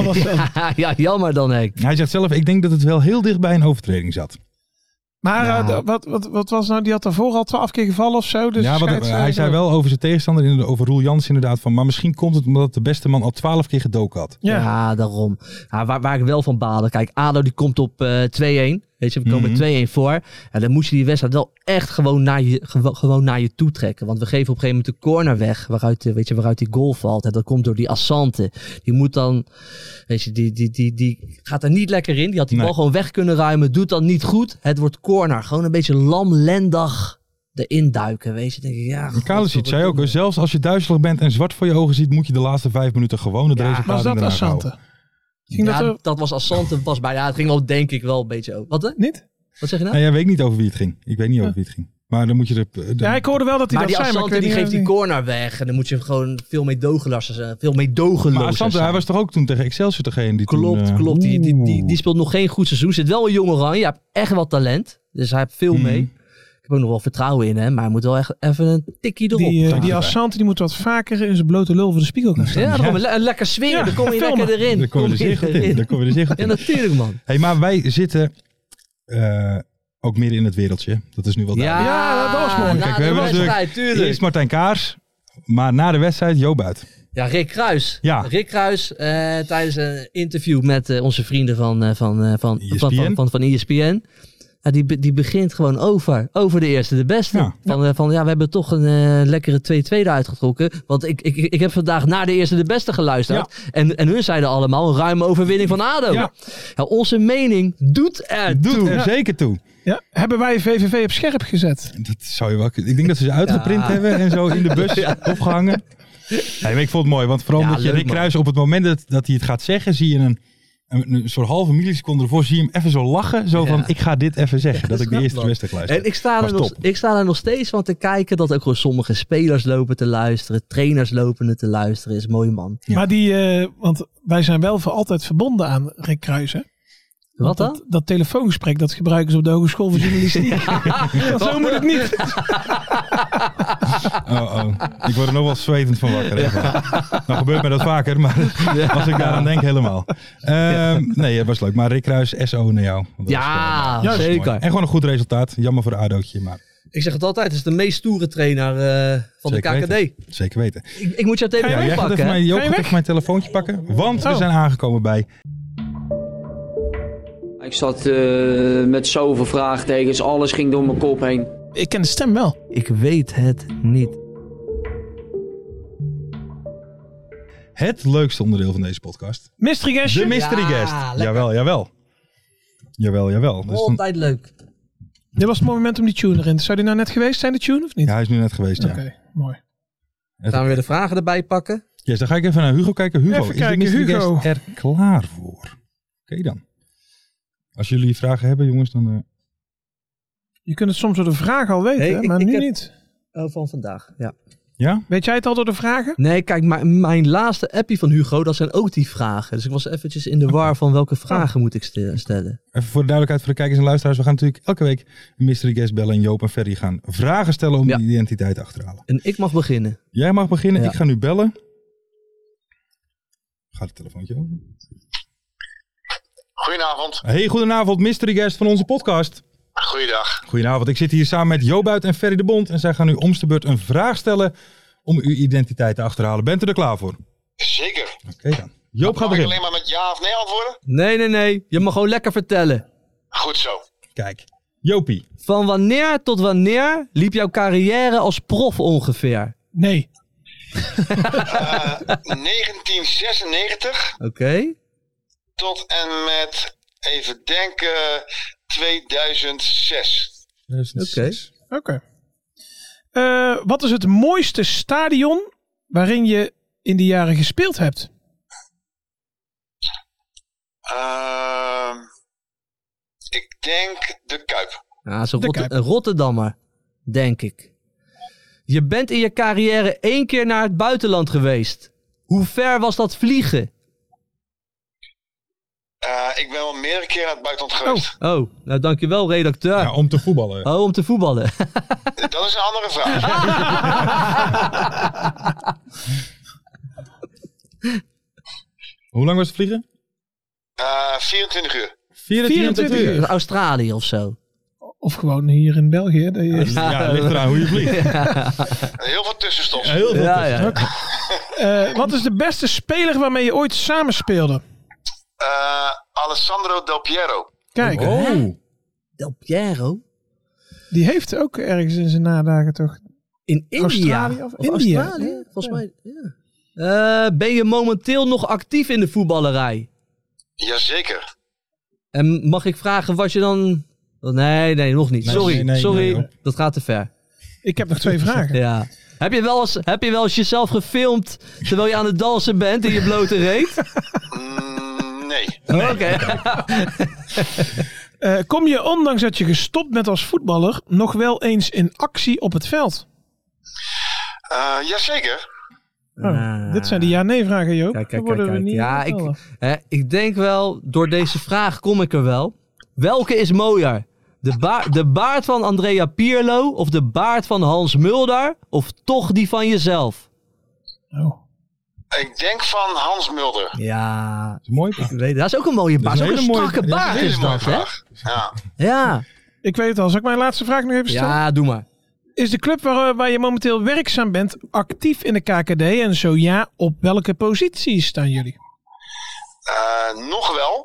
Ja, jammer dan, Henk. Hij zegt zelf, ik denk dat het wel heel dicht bij een overtreding zat. Maar Ja. wat was nou? Die had daarvoor al 12 keer gevallen of zo. Dus Ja, hij zei wel over zijn tegenstander, over Roel Jans inderdaad, van, maar misschien komt het omdat de beste man al 12 keer gedoken had. Ja. Daarom. Ja, waar ik wel van baalde. Kijk, ADO die komt op 2-1. Weet je, we komen 2-1 voor. En dan moet je die wedstrijd wel echt gewoon naar je toe trekken. Want we geven op een gegeven moment de corner weg. Waaruit die goal valt. En dat komt door die Assante. Die moet dan, weet je, die gaat er niet lekker in. Die had die bal gewoon weg kunnen ruimen. Doet dan niet goed. Het wordt corner. Gewoon een beetje lamlendig erin duiken. Weet je, denk ik, ja. Kalisic zei ook, zelfs als je duizelig bent en zwart voor je ogen ziet, moet je de laatste 5 minuten gewoon het resultaat Was dat in Den Haag Assante? houden. Dat was Assante. Het ging wel denk ik wel een beetje over. Wat? Niet? Wat zeg je nou? Nee, jij weet niet over wie het ging. Ik weet niet over wie het ging. Maar dan moet je Ja, ik hoorde wel dat hij Maar dat die zei. Maar Assante ik weet die niet geeft die of corner weg. En dan moet je gewoon veel meedogenloos Maar Assante, hij was toch ook toen tegen Excelsior degene die Klopt. Die speelt nog geen goed seizoen. Zit wel een jonge Oranje. Hij heeft echt wat talent. Dus hij heeft veel mee. Ik heb ook nog wel vertrouwen in hem. Maar hij moet wel echt even een tikkie erop. Die Assante die moet wat vaker in zijn blote lul voor de spiegel gaan staan. Ja, dan een lekker swingen. Ja, Dan kom je filmen. lekker erin. Daar komen we er zeer goed in. Ja, natuurlijk, man. Hey, maar wij zitten ook midden in het wereldje. Dat is nu wel duidelijk. Ja, dat was mooi. Na Kijk, we de hebben wedstrijd, natuurlijk tuurlijk. eerst Martijn Kaars, maar na de wedstrijd Jo Buit. Ja, Rick Kruis. Ja. Rick Kruis tijdens een interview met onze vrienden van ESPN. Ja, die begint gewoon over de eerste de beste. Ja. We hebben toch een lekkere 2-2 eruit getrokken. Want ik heb vandaag naar de eerste de beste geluisterd. Ja. En hun zeiden allemaal een ruime overwinning van ADO. Ja. Ja, onze mening doet er Zeker toe. Ja, hebben wij VVV op scherp gezet? Dat zou je wel kunnen. Ik denk dat ze uitgeprint hebben en zo in de bus opgehangen. Nee, maar ik vond het mooi, want vooral dat je Rick Kruis op het moment dat hij het gaat zeggen, zie je een soort halve milliseconde ervoor, zie je hem even zo lachen. Zo van, ik ga dit even zeggen, dat ik de eerste beste luister. En ik sta er nog steeds van te kijken dat ook gewoon sommige spelers lopen te luisteren, trainers lopen te luisteren. Is mooi, man. Ja. Maar want wij zijn wel voor altijd verbonden aan Rick Kruis, hè? Wat dan? Dat telefoongesprek, dat gebruiken ze op de Hogeschool voor Journalistiek. Zo moet het niet. Ik word er nog wel zwetend van wakker. Nou gebeurt mij dat vaker, maar als ik daaraan denk, helemaal. Nee, het was leuk. Maar Rick Kruis, SO naar jou. Ja, zeker. En gewoon een goed resultaat. Jammer voor de ADO'tje, maar... Ik zeg het altijd, het is de meest stoere trainer van Zeker de KKD. Weten. Zeker weten. Ik moet jouw telefoon jij pakken. gaat even mijn telefoontje pakken, want we zijn aangekomen bij... Ik zat met zoveel vraagtekens, alles ging door mijn kop heen. Ik ken de stem wel. Ik weet het niet. Het leukste onderdeel van deze podcast. Mystery guestje. De mystery guest. Lekker. Jawel. Dus Altijd leuk. Dit was het moment om die tune erin. Zou die nou net geweest zijn, de tune, of niet? Ja, hij is nu net geweest, Oké, mooi. Gaan we weer de vragen erbij pakken? Yes, dan ga ik even naar Hugo kijken. Hugo, Even is kijken, de mystery Hugo. guest er klaar voor? Oké dan. Als jullie vragen hebben, jongens, dan... Je kunt het soms door de vraag al weten, Nee, maar ik nu heb- niet. Van vandaag, ja. Ja? Weet jij het al door de vragen? Nee, kijk, mijn laatste appie van Hugo, dat zijn ook die vragen. Dus ik was eventjes in de war van welke vragen moet ik stellen. Even voor de duidelijkheid voor de kijkers en luisteraars. We gaan natuurlijk elke week een mystery guest bellen. En Joop en Ferry gaan vragen stellen om die identiteit te achterhalen. En ik mag beginnen. Jij mag beginnen. Ja. Ik ga nu bellen. Gaat het telefoontje over? Goedenavond. Hey, goedenavond. Mystery guest van onze podcast. Goeiedag. Goedenavond. Ik zit hier samen met Joop Buit en Ferry de Bond. En zij gaan u om de beurt een vraag stellen om uw identiteit te achterhalen. Bent u er klaar voor? Zeker. Oké dan. Joop gaat Mag ik beginnen. alleen maar met ja of nee antwoorden? Nee. Je mag gewoon lekker vertellen. Goed zo. Kijk. Jopie. Van wanneer tot wanneer liep jouw carrière als prof ongeveer? Nee. 1996 Oké. tot en met, even denken, 2006. Oké. Wat is het mooiste stadion waarin je in die jaren gespeeld hebt? Ik denk de Kuip. Ja, zo'n De Kuip. een Rotterdammer, denk ik. Je bent in je carrière 1 keer naar het buitenland geweest. Hoe ver was dat vliegen? Ik ben wel meerdere keren naar het buitenland geweest. Oh, nou dankjewel redacteur. Ja, om te voetballen. Oh, om te voetballen. Dat is een andere vraag. Hoe lang was het vliegen? 24 uur. 24 uur. Australië of zo. Of gewoon hier in België. Ja, ligt eraan hoe je vliegt. Heel veel tussenstops. Ja, heel veel. Ja. Wat is de beste speler waarmee je ooit samenspeelde? Alessandro Del Piero. Kijk, Oh. Del Piero? die heeft ook ergens in zijn nadagen toch... In India? Australië of India? Australië? Ja, Volgens mij, ja. Ben je momenteel nog actief in de voetballerij? Jazeker. En mag ik vragen wat je dan... Nee, nog niet. Nee, Sorry, nee, hoor. dat gaat te ver. Ik heb nog 2 vragen. Ja. Heb je wel eens jezelf gefilmd terwijl je aan het dansen bent in je blote reet? Nee. Oké. Kom je, ondanks dat je gestopt bent als voetballer, nog wel eens in actie op het veld? Jazeker. Dit zijn de ja-nee vragen, Joop. Kijk. Dan worden we niet Ja, vertellen. ik denk wel, door deze vraag kom ik er wel. Welke is mooier? De baard van Andrea Pirlo of de baard van Hans Mulder? Of toch die van jezelf? Oh. Ik denk van Hans Mulder. Ja, Dat is mooi. ik weet het. Dat is ook een mooie baard. Dat is ook een hele mooie- strakke dat is een baard Hele is mooie dat, hè? vraag. Ja. Ja. Ik weet het al. Zal ik mijn laatste vraag nog even stellen? Ja, doe maar. Is de club waar je momenteel werkzaam bent actief in de KKD? En zo ja, op welke positie staan jullie? Nog wel.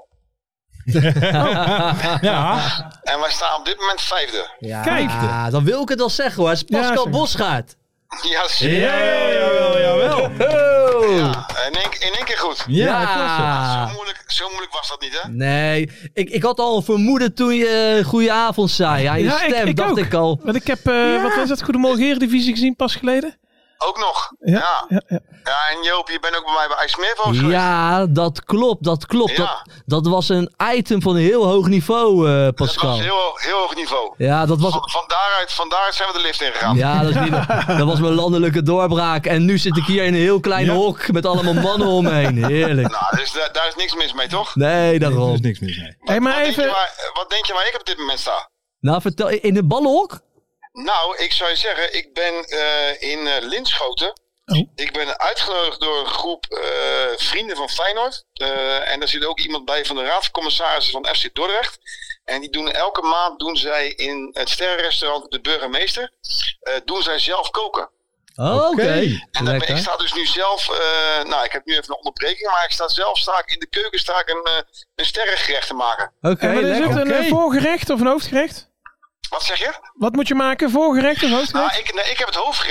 Ja. En wij staan op dit moment 5e. Ja, Kijk. dan wil ik het wel zeggen hoor. Het is Ja, Pascal zeg. Bosgaard. Ja, zeker. Jawel. Oh. In één keer goed. Ja, klasse. Zo moeilijk was dat niet, hè? Nee, ik had al een vermoeden toen je goedenavond zei. Aan je Ja, stem ik dacht ook. ik al. Want ik heb, wat was dat, Goedemorgen Eredivisie gezien pas geleden? Ook nog. Ja. Ja. En Joop, je bent ook bij mij bij IJsmeervogels geweest. Ja, dat klopt. Ja. Dat was een item van heel hoog niveau, Dat Pascal. was heel hoog niveau. Ja, dat was... Van daaruit zijn we de lift ingegaan. Ja, dat was mijn landelijke doorbraak. En nu zit ik hier in een heel klein hok met allemaal mannen omheen. Heerlijk. Nou, dus daar is niks mis mee, toch? Nee, Er daarom. is niks mis mee. Hey, maar Wat denk even... je wat denk je waar ik op dit moment sta? Nou, vertel, in de ballenhok? Nou, ik zou je zeggen, ik ben in Linschoten. Oh. Ik ben uitgenodigd door een groep vrienden van Feyenoord. En daar zit ook iemand bij van de Raad van Commissarissen van FC Dordrecht. En die doen elke maand doen zij in het sterrenrestaurant De Burgemeester doen zij zelf koken. Oh, oké. En dan Lekker. ik sta dus nu zelf, ik heb nu even een onderbreking, maar ik sta in de keuken een sterrengerecht te maken. Oké, En wat is lekker. het, een voorgerecht of een hoofdgerecht? Wat zeg je? Wat moet je maken, voorgerecht of hoofdgerecht? Ik heb het hoofdgerecht.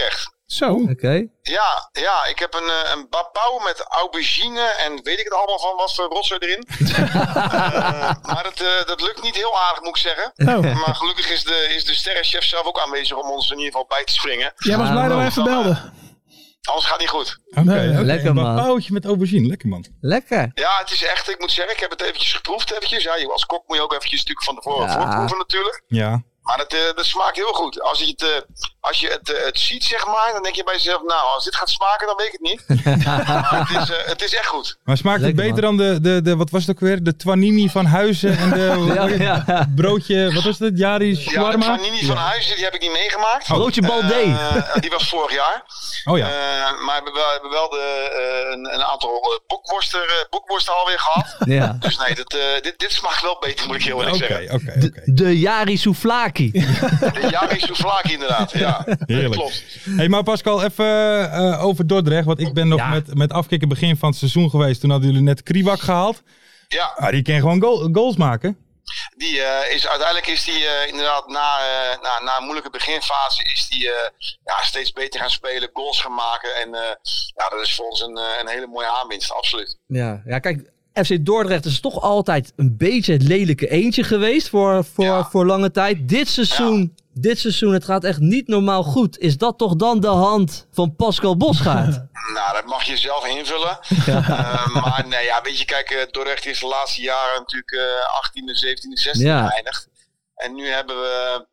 Zo. Oké. Ja, ik heb een babau met aubergine en weet ik het allemaal van wat voor rotzooi erin. Maar dat lukt niet heel aardig, moet ik zeggen. Oh. Maar gelukkig is de sterrenchef zelf ook aanwezig om ons in ieder geval bij te springen. Jij was blij dat wij even belden. Anders gaat het niet goed. Oké. Lekker, een man. babauwtje met aubergine. Lekker, man. Lekker. Ja, het is echt, ik moet zeggen, ik heb het eventjes geproefd. Ja, als kok moet je ook eventjes een stuk van tevoren voorproeven natuurlijk. Ja. Maar dat smaakt heel goed. Als je het ziet, zeg maar, dan denk je bij jezelf, nou, als dit gaat smaken, dan weet ik het niet. Maar het is echt goed. Maar smaakt het Lekker, beter dan de wat was het ook weer? De Twanini van Huizen en de broodje, wat was het? Jari shawarma? Ja, de Twanini van Huizen, die heb ik niet meegemaakt. Broodje Baldé. Die was vorig jaar. Oh ja. Maar we hebben wel een aantal bokworsten alweer gehad. Ja. Dus nee, dit smaakt wel beter, moet ik heel eerlijk zeggen. Oké. De Jari Souvlaki. De Jari Souvlaki inderdaad, ja. Heerlijk. Klopt. Hey, maar Pascal, even over Dordrecht. Want ik ben nog met afkikken begin van het seizoen geweest. Toen hadden jullie net Kriwak gehaald. Ja. Die kan gewoon goals maken. Uiteindelijk is die inderdaad na een moeilijke beginfase is die steeds beter gaan spelen, goals gaan maken. En dat is voor ons een hele mooie aanwinst, absoluut. Ja, kijk, FC Dordrecht is toch altijd een beetje het lelijke eendje geweest voor lange tijd. Dit seizoen, het gaat echt niet normaal goed. Is dat toch dan de hand van Pascal Bosgaard? Nou, dat mag je zelf invullen. Maar nee, weet je, kijk, Dordrecht is de laatste jaren natuurlijk 18e, 17e, 16e geëindigd. En nu hebben we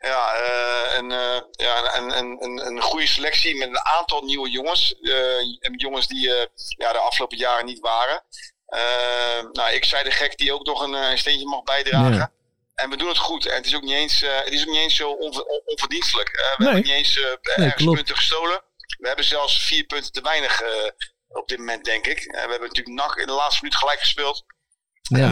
een goede selectie met een aantal nieuwe jongens. Jongens die de afgelopen jaren niet waren. Ik zei de gek die ook nog een steentje mag bijdragen. Ja. En we doen het goed. En het is ook niet eens zo onverdienstelijk. We hebben niet eens ergens punten gestolen. We hebben zelfs 4 punten te weinig op dit moment, denk ik. We hebben natuurlijk NAC in de laatste minuut gelijk gespeeld. Ja.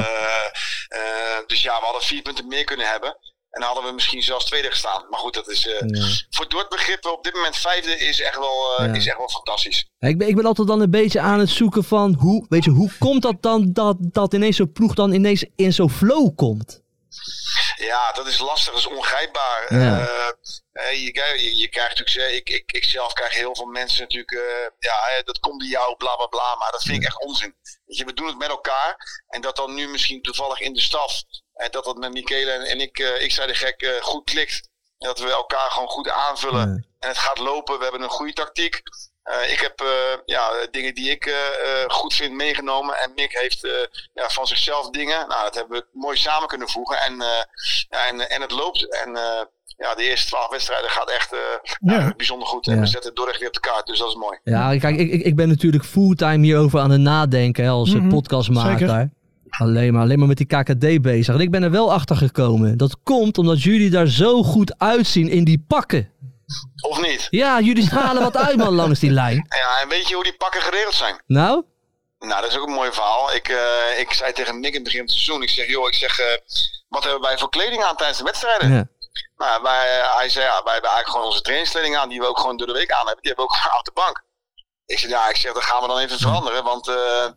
Dus we hadden 4 punten meer kunnen hebben. En dan hadden we misschien zelfs tweede gestaan. Maar goed, dat is voor Dordtbegrippen op dit moment 5e is echt wel fantastisch. Ik ben altijd dan een beetje aan het zoeken van hoe komt dat dan dat ineens zo'n ploeg dan ineens in zo'n flow komt? Ja, dat is lastig, dat is ongrijpbaar. Ja. Je krijgt natuurlijk, ik zelf krijg heel veel mensen natuurlijk, dat komt in jou, bla bla bla, maar dat vind ik echt onzin. Weet je, we doen het met elkaar en dat dan nu misschien toevallig in de staf, dat met Michele en ik zei de gek, goed klikt. En dat we elkaar gewoon goed aanvullen en het gaat lopen, we hebben een goede tactiek. Ik heb dingen die ik goed vind meegenomen. En Mick heeft van zichzelf dingen. Nou, dat hebben we mooi samen kunnen voegen. En het loopt. En de eerste 12 wedstrijden gaat echt bijzonder goed. En we zetten Dordrecht weer op de kaart. Dus dat is mooi. Ja, kijk, ik ben natuurlijk fulltime hierover aan het nadenken als podcastmaker. Zeker. Alleen maar met die KKD bezig. En ik ben er wel achter gekomen. Dat komt omdat jullie daar zo goed uitzien in die pakken. Of niet? Ja, jullie stralen wat uit, man, langs die lijn. Ja, en weet je hoe die pakken geregeld zijn? Nou? Nou, dat is ook een mooi verhaal. Ik zei tegen Nick in het begin van het seizoen, wat hebben wij voor kleding aan tijdens de wedstrijden? Ja. Nou, hij zei, wij hebben eigenlijk gewoon onze trainingskleding aan, die we ook gewoon door de week aan hebben. Die hebben we ook gewoon op de bank. Ik zei, dat gaan we dan even veranderen. Want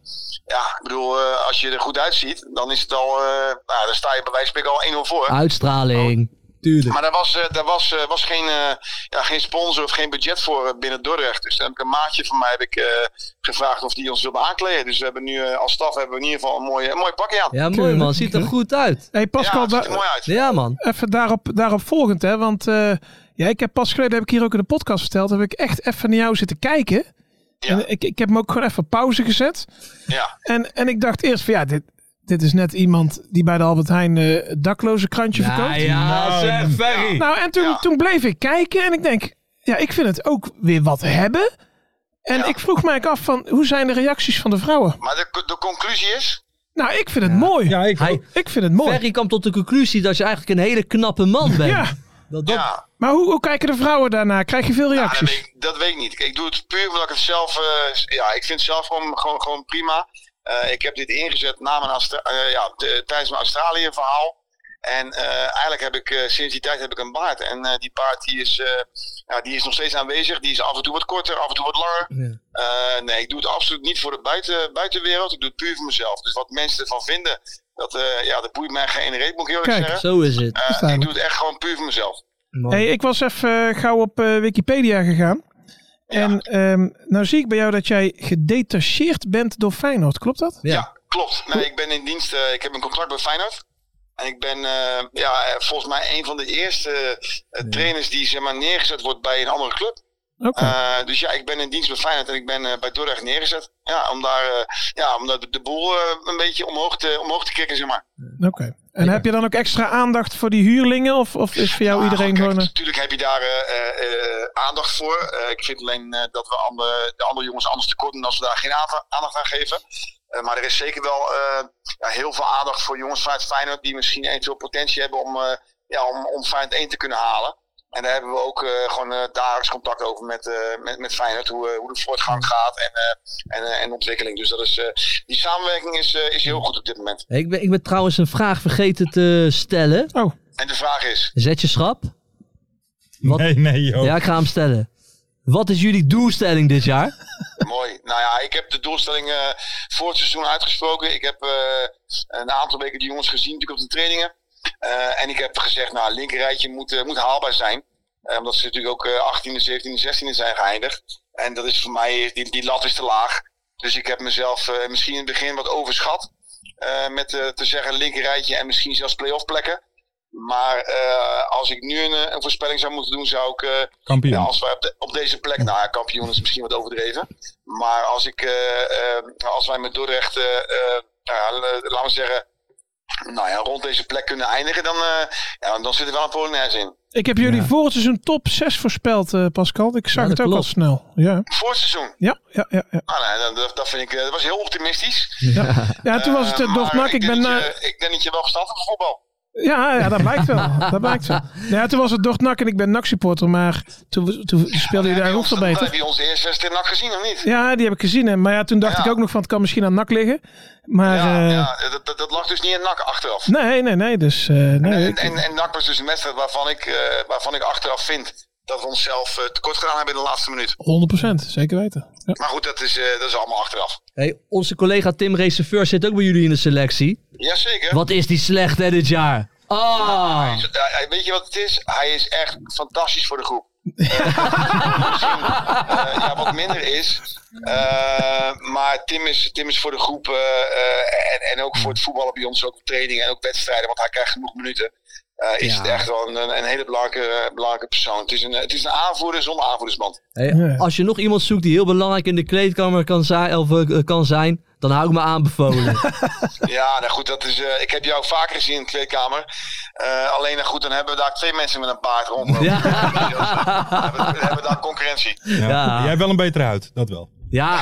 als je er goed uitziet, dan is het al, dan sta je bij wijze van spreken al 1-0 voor. Uitstraling. Tuurlijk. Maar daar was geen sponsor of geen budget voor binnen Dordrecht. Dus dan heb ik een maatje van mij gevraagd of die ons wilde aankleden. Dus we hebben nu als staf in ieder geval een mooi pakje aan. Ja, mooi man. Ziet er goed uit. Hey Pascal, ja, het ziet er mooi uit. Ja man. Even daarop volgend, hè. Want ik heb pas geleden, heb ik hier ook in de podcast verteld, heb ik echt even naar jou zitten kijken. Ja. En ik heb hem ook gewoon even pauze gezet. Ja. En ik dacht eerst van dit is net iemand die bij de Albert Heijn het dakloze krantje verkoopt. Ja, zeg, Ferry. Nou, en toen bleef ik kijken en ik denk, ik vind het ook weer wat hebben. En ik vroeg mij af van, hoe zijn de reacties van de vrouwen? Maar de conclusie is? Nou, ik vind het mooi. Ja, ik vind het mooi. Ferry kwam tot de conclusie dat je eigenlijk een hele knappe man bent. Ja. Ja. Maar hoe kijken de vrouwen daarna? Krijg je veel reacties? Nou, dat weet ik niet. Ik doe het puur omdat ik het zelf... ik vind het zelf gewoon prima. Ik heb dit ingezet tijdens mijn Australië verhaal. En eigenlijk heb ik sinds die tijd heb ik een baard. En die baard die is nog steeds aanwezig. Die is af en toe wat korter, af en toe wat langer. Ja. Nee, ik doe het absoluut niet voor de buitenwereld. Ik doe het puur voor mezelf. Dus wat mensen ervan vinden, dat boeit mij geen reet, moet ik eerlijk zeggen. Zo is het. Ik doe het echt gewoon puur voor mezelf. Hey, ik was even gauw op Wikipedia gegaan. En nou zie ik bij jou dat jij gedetacheerd bent door Feyenoord. Klopt dat? Ja, klopt. Nee, ik ben in dienst. Ik heb een contract bij Feyenoord. En ik ben volgens mij een van de eerste trainers die zeg maar, neergezet wordt bij een andere club. Okay. Dus ja, ik ben in dienst bij Feyenoord en ik ben bij Dordrecht neergezet. Ja, om daar de boel een beetje omhoog te kicken, zeg maar. Oké. En heb je dan ook extra aandacht voor die huurlingen? Of is voor jou iedereen gewoon... Natuurlijk heb je daar aandacht voor. Ik vind alleen dat we de andere jongens anders tekort doen als we daar geen aandacht aan geven. Maar er is zeker wel heel veel aandacht voor jongens vanuit Feyenoord die misschien eventueel potentie hebben om Feyenoord 1 te kunnen halen. En daar hebben we ook gewoon dagelijks contact over met Feyenoord, hoe de voortgang gaat en ontwikkeling. Dus dat is, die samenwerking is heel goed op dit moment. Ik ben trouwens een vraag vergeten te stellen. Oh. En de vraag is? Zet je schrap? Nee, joh. Ja, ik ga hem stellen. Wat is jullie doelstelling dit jaar? Mooi. Nou ja, ik heb de doelstelling voor het seizoen uitgesproken. Ik heb een aantal weken de jongens gezien natuurlijk op de trainingen. En ik heb gezegd, nou, linkerrijtje moet haalbaar zijn. Omdat ze natuurlijk ook 18e, 17e, 16e zijn geëindigd. En dat is voor mij, die lat is te laag. Dus ik heb mezelf misschien in het begin wat overschat. Met te zeggen linkerrijtje en misschien zelfs play-off plekken. Maar als ik nu een voorspelling zou moeten doen, zou ik... kampioen. Als wij op deze plek... Nou ja, kampioen is misschien wat overdreven. Maar als wij met Dordrecht, laten we zeggen... Nou ja, rond deze plek kunnen eindigen, dan zit er wel een Polonaise in. Ik heb jullie voor het seizoen top 6 voorspeld, Pascal. Ik zag het ook al snel. Ja. Voor het seizoen? Ja. Ah, nee, dat vind ik, dat was heel optimistisch. Ja, toen was het Dortmund. Ik denk dat je wel gestart op het voetbal. Ja, dat blijkt wel. Ja, toen was het Dortmund en ik ben NAC-supporter, maar toen speelde je daar ook veel beter. Heb je onze eerste wedstrijd NAC gezien of niet? Ja, die heb ik gezien. Maar ja, toen dacht ik ook nog van het kan misschien aan NAC liggen. Maar, dat lag dus niet in NAC achteraf. Nee. Dus, nee. En NAC was dus een wedstrijd waarvan ik achteraf vind dat we onszelf tekort gedaan hebben in de laatste minuut. 100%, zeker weten. Ja. Maar goed, dat is allemaal achteraf. Hey, onze collega Tim Reserveur zit ook bij jullie in de selectie. Jazeker. Wat is die slecht hè, dit jaar? Weet je wat het is? Hij is echt fantastisch voor de groep. Wat minder is. Maar Tim is voor de groep en ook voor het voetballen bij ons, ook trainingen en ook wedstrijden, want hij krijgt genoeg minuten. Is het echt wel een hele belangrijke persoon. Het is een aanvoerder zonder aanvoerdersband. Hey, als je nog iemand zoekt die heel belangrijk in de kleedkamer kan zijn, dan hou ik me aanbevolen. Ja, nou goed, dat is, ik heb jou vaker gezien in de kleedkamer. Alleen dan hebben we daar 2 mensen met een baard rondlopen. Ja. We hebben daar concurrentie. Ja. Jij hebt wel een betere huid, dat wel. Ja.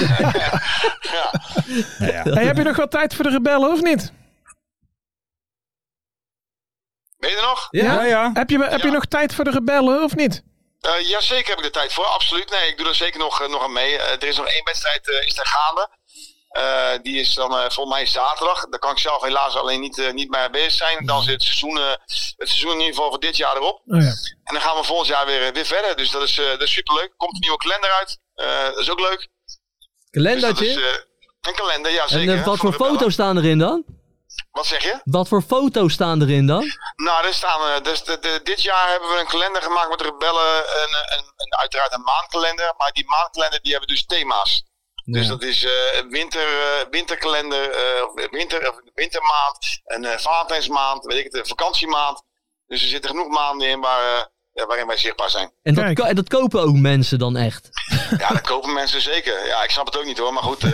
Hey, heb je nog wat tijd voor de rebellen of niet? Ben je er nog? Ja. Heb je nog tijd voor de rebellen of niet? Jazeker heb ik er tijd voor, absoluut. Nee, ik doe er zeker nog aan mee. Er is nog 1 wedstrijd is er gaande. Die is dan volgens mij zaterdag. Daar kan ik zelf helaas alleen niet mee bezig zijn. Dan zit het seizoen in ieder geval voor dit jaar erop. Oh ja. En dan gaan we volgend jaar weer verder. Dus dat is superleuk. Er komt een nieuwe kalender uit. Dat is ook leuk. Kalendertje? Dus een kalender, ja zeker. En wat voor foto's staan erin dan? Wat zeg je? Wat voor foto's staan erin dan? Nou, er staan, dit jaar hebben we een kalender gemaakt met Rebellen. Uiteraard een maandkalender. Maar die maandkalender die hebben dus thema's. Ja. Dus dat is winterkalender, wintermaand, een Valentijnsmaand, weet ik het, een vakantiemaand. Dus er zitten genoeg maanden in waarin wij zichtbaar zijn. En dat kopen ook mensen dan echt? Ja, dat kopen mensen zeker. Ja, ik snap het ook niet hoor, maar goed.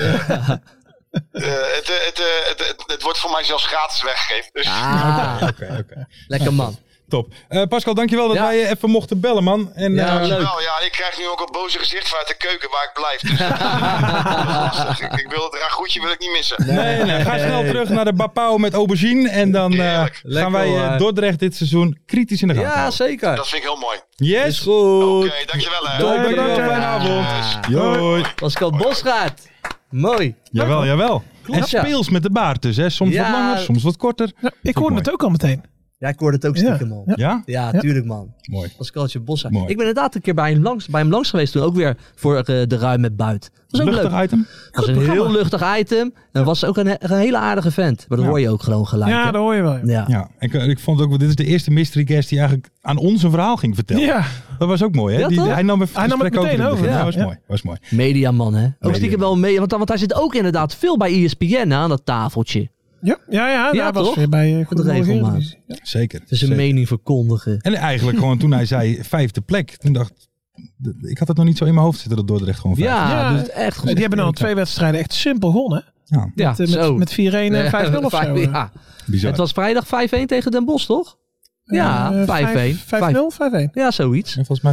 Het wordt voor mij zelfs gratis weggegeven. Dus. Oké. Lekker man. Top. Pascal, dankjewel dat wij even mochten bellen, man. En, leuk. Ja, ik krijg nu ook een boze gezicht vanuit de keuken waar ik blijf. Dus, ik wil het ragoutje wil ik niet missen. Nee. Ga snel terug naar de Bapau met aubergine. En dan gaan wij Dordrecht dit seizoen kritisch in de gaten houden. Ja, zeker. Dat vind ik heel mooi. Yes. Is goed. Oké, dankjewel. Dankjewel. Fijne avond. Joi. Pascal Bosgaard. Mooi. Jawel. En speels met de baard dus, hè. Soms wat langer, soms wat korter. Ja, ik hoorde het ook al meteen. Ja, ik hoorde het ook stiekem, man. Ja? Ja, tuurlijk, man. Mooi. Pascaltje Bossa. Mooi. Ik ben inderdaad een keer bij hem langs geweest toen. Ook weer voor de Ruim met Buit. Dat was ook Luchtig leuk. item? Het was een heel luchtig item. En was ook een hele aardige vent. Maar dat hoor je ook gewoon gelijk. Ja, hè? dat hoor je wel. Ja. Ja, ik vond ook, dit is de eerste mystery guest die eigenlijk aan ons een verhaal ging vertellen. Ja, Dat was ook mooi, hè? Ja, toch? Hij nam het meteen over. Ja, Ja. dat was mooi. Was mooi. Mediaman, hè? Ook Mediaman. stiekem wel mee. Want hij zit ook inderdaad veel bij ESPN aan dat tafeltje. ja, daar was toch? weer bij Goedemorgen regelmaat. Eredivisie. Ja. Zeker. Dus een zeker. mening verkondigen. En eigenlijk gewoon toen hij zei 5e plek. Toen dacht ik had het nog niet zo in mijn hoofd zitten dat Dordrecht gewoon 5e. Ja, Ja, dus echt goed. Die hebben al 2 wedstrijden echt simpel gewonnen. Ja, Ja, zo. Met 4-1 en 5-0 of zo. Ja. bizar. Het was vrijdag 5-1 tegen Den Bosch, toch? Ja, 5-1. 5-0, 5-1. Ja, zoiets. En volgens mij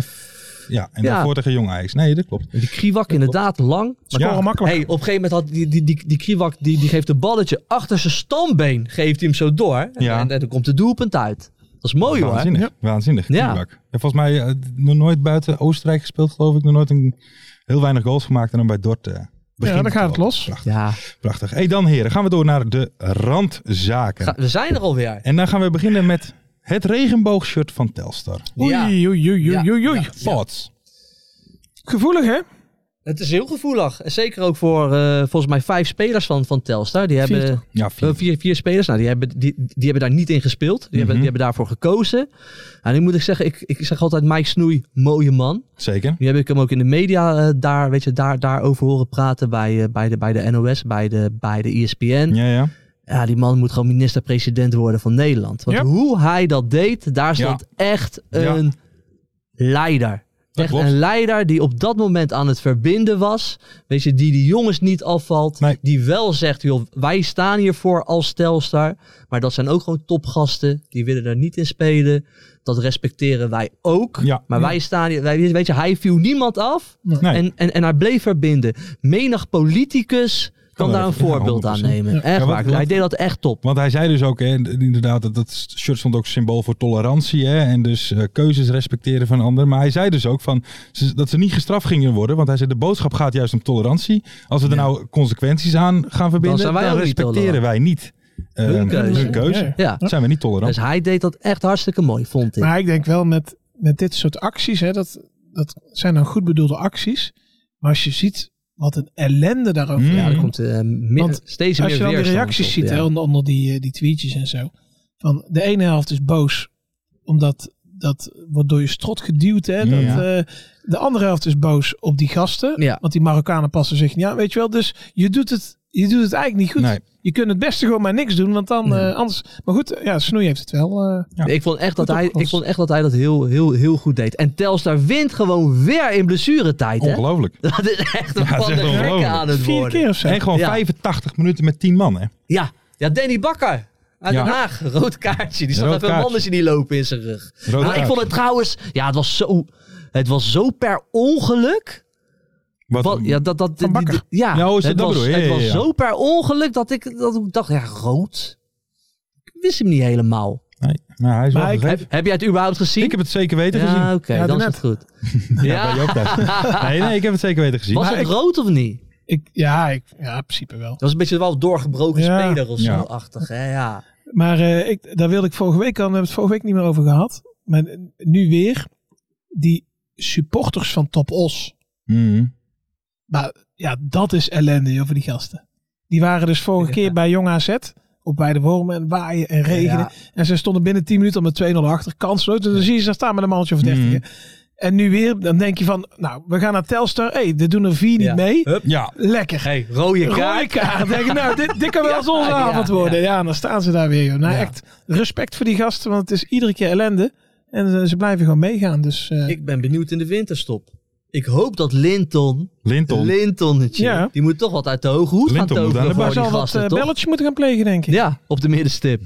en daarvoor tegen Jong Ajax. Nee, dat klopt. Die Kriwak inderdaad lang. Scoren makkelijk. Hey, op een gegeven moment had die Kriwak, die geeft een balletje achter zijn stambeen. Geeft hij hem zo door. Ja. En dan komt de doelpunt uit. Dat is mooi hoor. Waanzinnig. Ja. Waanzinnig. Ja. Kriwak. Ja, volgens mij nog nooit buiten Oostenrijk gespeeld, geloof ik. Nog nooit heel weinig goals gemaakt. En dan bij Dort begint dan gaat het wel. los. Prachtig. Ja, Prachtig. Hey, dan heren, gaan we door naar de randzaken. we zijn er alweer. En dan gaan we beginnen met het regenboogshirt van Telstar. Ja. Oei. Thoughts? Gevoelig, hè? Het is heel gevoelig. En zeker ook voor volgens mij 5 spelers van Telstar. Die Vier, hebben Ja, 4 spelers. Nou, die hebben daar niet in gespeeld. Die hebben daarvoor gekozen. En nu moet ik zeggen, ik zeg altijd Mike Snoei, mooie man. Zeker. Nu heb ik hem ook in de media daar over horen praten bij de NOS, bij de ESPN. Ja. Ja, die man moet gewoon minister-president worden van Nederland. Want Ja. hoe hij dat deed, daar stond echt een leider. Echt klopt. een leider die op dat moment aan het verbinden was. Weet je, die jongens niet afvalt. Nee. Die wel zegt, joh, wij staan hiervoor als Telstar. Maar dat zijn ook gewoon topgasten. Die willen er niet in spelen. Dat respecteren wij ook. Ja. Maar wij staan hier, weet je, hij viel niemand af. Nee. En hij bleef verbinden. Menig politicus kan daar een voorbeeld aan 100%. nemen. Echt Ja, waar. want- Hij deed dat echt top. Want hij zei dus ook, hè, inderdaad, dat shirt stond ook symbool voor tolerantie. Hè, en dus keuzes respecteren van anderen. Maar hij zei dus ook dat ze niet gestraft gingen worden. Want hij zei, de boodschap gaat juist om tolerantie. Als we er nou consequenties aan gaan verbinden, zijn wij dan ook niet respecteren tolerant. wij niet Hun keuze. hun keuze. Ja. Ja. Dan zijn we niet tolerant. Dus hij deed dat echt hartstikke mooi, vond ik. Maar ik denk wel met dit soort acties, hè, dat zijn dan goed bedoelde acties. Maar als je ziet wat een ellende daarover Ja, er komt. komt Want steeds meer Als je dan de weerstand reacties op, ziet ja. hè, onder die tweetjes en zo. Van de ene helft is boos omdat dat wordt door je strot geduwd. Hè, dat, de andere helft is boos op die gasten. Ja. Want die Marokkanen passen zich niet aan. Weet je wel, dus je doet het eigenlijk niet goed. Nee. Je kunt het beste gewoon maar niks doen. Want dan anders... Maar goed, ja, Snoei heeft het wel... Ja. Ik vond echt Goed dat hij dat heel goed deed. En Telstar wint gewoon weer in blessuretijd. Hè? Ongelooflijk. Dat is echt een Ja, dat is van de echt gekke ongelooflijk. aan het 4 worden. keer of zo. En gewoon Ja. 85 minuten met 10 man. Hè. Ja, Danny Bakker uit Ja. Den Haag. Rood kaartje. Die zag Rood even een kaartje. mannetje die lopen in zijn rug. Rood Maar ik kaartje. vond het trouwens... Ja, het was zo per ongeluk... Wat, Ja, Van Bakker. ja, Ja, oh, is het dat was, bedoel je? Ja, het ja, was ja. zo per ongeluk dat ik dacht, ja, rood. Ik wist hem niet helemaal. Nee, maar hij is wel Maar gegeven. Heb jij het überhaupt gezien? Ik heb het zeker weten gezien. Ja, oké, Ja, dan is daarnet. het goed. Ja, bij Joop thuis. Nee, ik heb het zeker weten gezien. Was Maar het rood of niet? Ja, in principe wel. Dat was een beetje wel doorgebroken Ja. speler of Ja. zo-achtig. Hè? Ja. Maar daar wilde ik vorige week al, we hebben het vorige week niet meer over gehad. Maar nu weer, die supporters van Top Os. Mhm. Maar ja, dat is ellende joh, voor die gasten. Die waren dus vorige keer bij Jong AZ. Op beide wormen en waaien en regenen. Ja. En ze stonden binnen 10 minuten al met 2-0 achter. Kansloos. En dan zie je ze staan met een mannetje of 30. Mhm. En nu weer, dan denk je van, nou, we gaan naar Telstar. Dit doen er 4 niet Ja. mee. Hup. Ja, Lekker. Hey, rode Rode kaart. kaart. Denk ik, nou, dit kan wel Ja, eens onze ja, avond worden. Ja, dan staan ze daar weer. Joh. Nou, Ja. echt respect voor die gasten. Want het is iedere keer ellende. En ze blijven gewoon meegaan. Dus Ik ben benieuwd in de winterstop. Ik hoop dat Lintonnetje, Ja. die moet toch wat uit de hoge hoed gaan Linton moet aan toveren de voor maar die zal wat gasten, toch? belletjes moeten gaan plegen, denk ik. Ja, op de middenstip.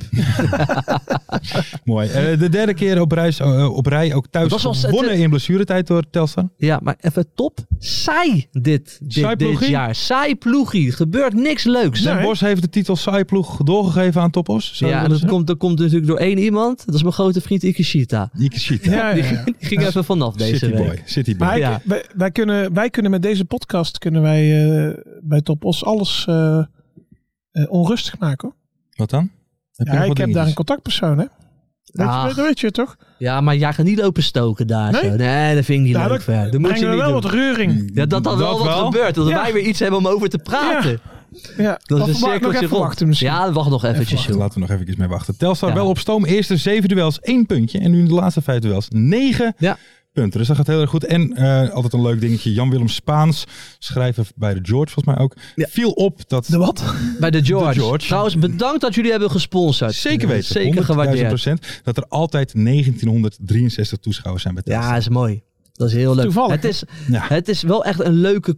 mooi. De derde keer op rij ook thuis Dat was wel- gewonnen in blessuretijd door Telstar. Ja, maar even top. Saai dit ploegie? jaar. Saai ploegie. Gebeurt niks leuks. Den Nee. Bosch heeft de titel saaiploeg doorgegeven aan Topos. Ja, en dat komt natuurlijk door één iemand. Dat is mijn grote vriend Ikeshita. Ja, Die ja. ging even vanaf deze City week. Boy. City Boy. Maar Ja. wij kunnen met deze podcast bij Top Os alles onrustig maken. Hoor. Wat dan? Heb je Ja, nog ik wat heb daar een dingetjes? contactpersoon. Hè? Dat weet je toch? Ja, maar jij gaat niet lopen stoken daar. Nee? Zo. Nee, dat vind ik niet leuk. Dat moet je brengen we niet wel doen. wat reuring. Ja, dat wel wat gebeurt. Dat wij weer iets hebben om over te praten. Ja, Dat is een cirkeltje nog even rond. wachten misschien. Ja, wacht nog eventjes. joh. Laten we nog even mee wachten. Telstar wel op stoom. Eerste 7 duels 1 puntje. En nu in de laatste 5 duels 9 punten. Dus dat gaat heel erg goed. En altijd een leuk dingetje. Jan-Willem Spaans, schrijver bij de George volgens mij ook. Viel op dat... De wat? Bij de George. De George. Trouwens, bedankt dat jullie hebben gesponsord. Zeker weten. Zeker gewaardeerd. 100.000%. Dat er altijd 1963 toeschouwers zijn bij Telstar. Ja, dat is mooi. Dat is heel leuk. Toevallig. Het is wel echt een leuke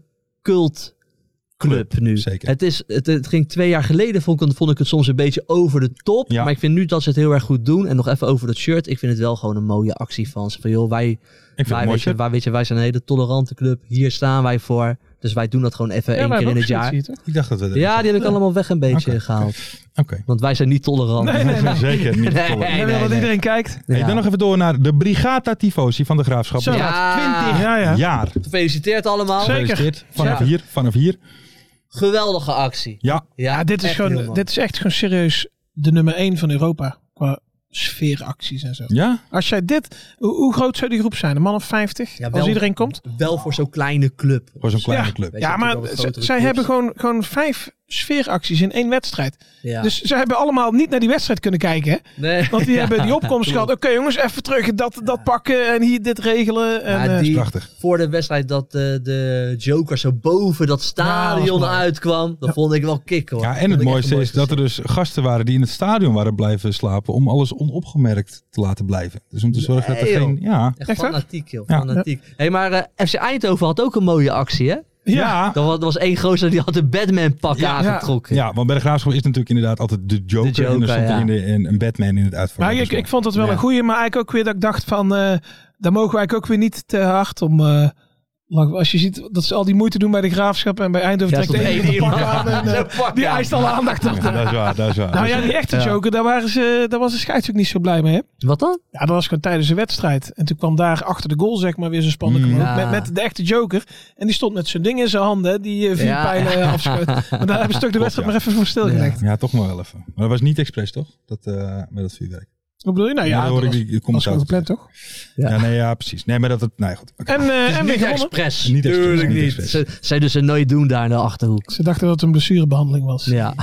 cultclub nu. Zeker. Het ging 2 jaar geleden, vond ik het soms een beetje over de top. Ja. Maar ik vind nu dat ze het heel erg goed doen. En nog even over dat shirt. Ik vind het wel gewoon een mooie actie van ze. Van joh, wij zijn een hele tolerante club. Hier staan wij voor. Dus wij doen dat gewoon even 1 keer in het jaar. Ik dacht dat we Die heb ik allemaal weg een beetje gehaald. Oké. Want wij zijn niet tolerant. Nee. Zeker niet. Jij wil dat iedereen kijkt. Hey, dan nog even door naar de Brigata Tifosi van de Graafschap. Zo. Ja. 20 jaar. Gefeliciteerd allemaal. Zeker. Gefeliciteerd. Vanaf hier. Geweldige actie. Ja. Dit is echt gewoon serieus de nummer 1 van Europa. Qua sfeeracties en zo. Ja? Als jij hoe groot zou die groep zijn? Een man of 50? Ja, wel, als iedereen komt? Wel voor zo'n kleine club. Voor zo'n kleine club. Weet je, Ja, maar zij hebben gewoon 5 sfeeracties in 1 wedstrijd. Ja. Dus zij hebben allemaal niet naar die wedstrijd kunnen kijken. Hè? Nee. Want die hebben die opkomst gehad. Oké, jongens, even terug dat pakken en hier dit regelen. En, prachtig. Voor de wedstrijd dat de Joker zo boven dat stadion uitkwam. Dat vond ik wel kick hoor. Ja, en het mooiste is dat er dus gasten waren die in het stadion waren blijven slapen om alles onopgemerkt te laten blijven. Dus om te zorgen dat er geen... Ja. Echt fanatiek joh, Ja. fanatiek. Hey, maar FC Eindhoven had ook een mooie actie hè? Ja. Er was 1 gozer die had een Batman pak aangetrokken. Ja, want bij de Graafschap is natuurlijk inderdaad altijd de Joker en er stond een Batman in het uitvoeren. Maar ik vond het wel een goeie, maar eigenlijk ook weer dat ik dacht van, daar mogen we eigenlijk ook weer niet te hard om... als je ziet dat ze al die moeite doen bij de Graafschap en bij Eindhoven trekt de ene pak aan en die eist al aandacht op. Ja, dat is waar. Nou ja, die echte Joker, daar was de scheids ook niet zo blij mee. Hè? Wat dan? Ja, dat was gewoon tijdens de wedstrijd. En toen kwam daar achter de goal zeg maar weer zo'n spannende met de echte Joker. En die stond met zijn ding in zijn handen, die 4 pijlen afschoot. Maar daar hebben ze toch de wedstrijd maar even voor stilgelegd. Ja, toch maar wel even. Maar dat was niet expres toch? Met dat vuurwerk. Hoe bedoel je? Nou ja, hoor ik die was gepland toch? Ja, precies. Nee, maar dat het... Nee, goed. Okay. En niet expres. Niet expres. Tuurlijk niet. Zeiden ze nooit doen daar in de Achterhoek. Ze dachten dat het een blessurebehandeling was. Ja.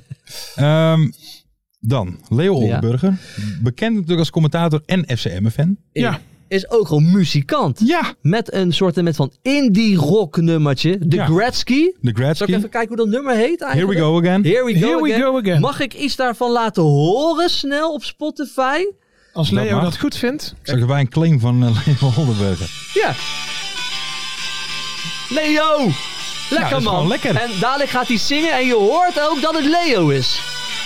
Dan, Leo Oldenburger. Bekend natuurlijk als commentator en FCM-fan. Ja. Is ook gewoon muzikant. Ja. Met een soort van indie rock nummertje. De Gretzky. Zal ik even kijken hoe dat nummer heet eigenlijk? Here we go again. Here we go again. Mag ik iets daarvan laten horen snel op Spotify? Als Leo dat goed vindt. Zeg erbij een claim van Leo Oldenburger. Ja. Leo! Lekker man. Lekker. En dadelijk gaat hij zingen en je hoort ook dat het Leo is.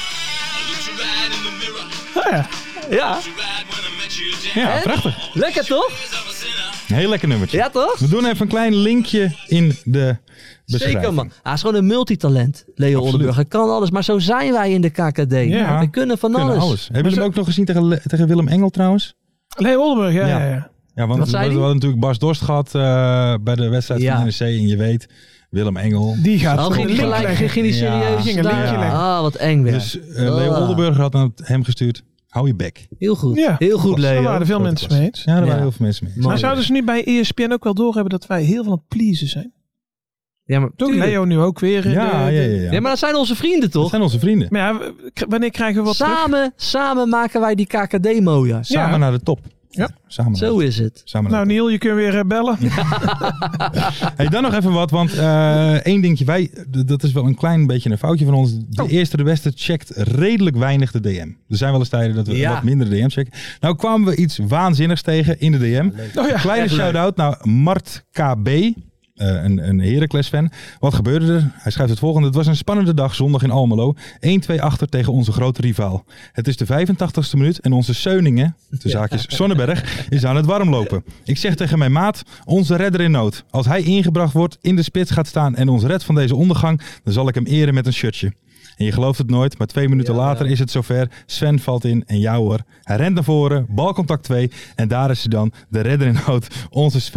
Ja. Ja, prachtig. Lekker toch? Een heel lekker nummertje. Ja toch? We doen even een klein linkje in de beschrijving. Zeker man. Hij is gewoon een multitalent, Leo Oldenburger. Kan alles, maar zo zijn wij in de KKD. Ja. We kunnen van alles. Hebben jullie hem ook nog gezien tegen Willem Engel trouwens? Leo Oldenburger, ja. Ja, want we hadden natuurlijk Bas Dorst gehad bij de wedstrijd van NEC. En je weet, Willem Engel. Die gaat ging die serieus? Ging een linkje leggen. Ah, wat eng weer. Dus Leo Oldenburger had aan hem gestuurd. Hou je bek. Heel goed. Ja. Heel goed, Leo. Daar waren veel mensen mee eens. Ja, daar waren heel veel mensen mee eens. Maar zouden ze nu bij ESPN ook wel doorhebben dat wij heel van het pleasen zijn? Ja, maar toch Leo nu ook weer. Ja, maar dat zijn onze vrienden toch? Dat zijn onze vrienden. Maar ja, wanneer krijgen we wat samen maken wij die KKD mooier. Samen naar de top. Ja. Zo is het. Nou Niel, je kunt weer bellen. Hey, dan nog even wat, want één dingetje. Dat is wel een klein beetje een foutje van ons. De eerste, de beste checkt redelijk weinig de DM. Er zijn wel eens tijden dat we wat minder de DM checken. Nou kwamen we iets waanzinnigs tegen in de DM. Kleine shout-out naar Mart KB. Een Heracles-fan. Wat gebeurde er? Hij schrijft het volgende. Het was een spannende dag zondag in Almelo. 1-2 achter tegen onze grote rivaal. Het is de 85ste minuut en onze Seuningen, de zaakjes Sonneberg, is aan het warmlopen. Ik zeg tegen mijn maat, onze redder in nood. Als hij ingebracht wordt, in de spits gaat staan en ons redt van deze ondergang, dan zal ik hem eren met een shirtje. En je gelooft het nooit, maar 2 minuten later is het zover. Sven valt in en hoor. Hij rent naar voren, balcontact 2 en daar is hij dan, de redder in nood, onze Sven,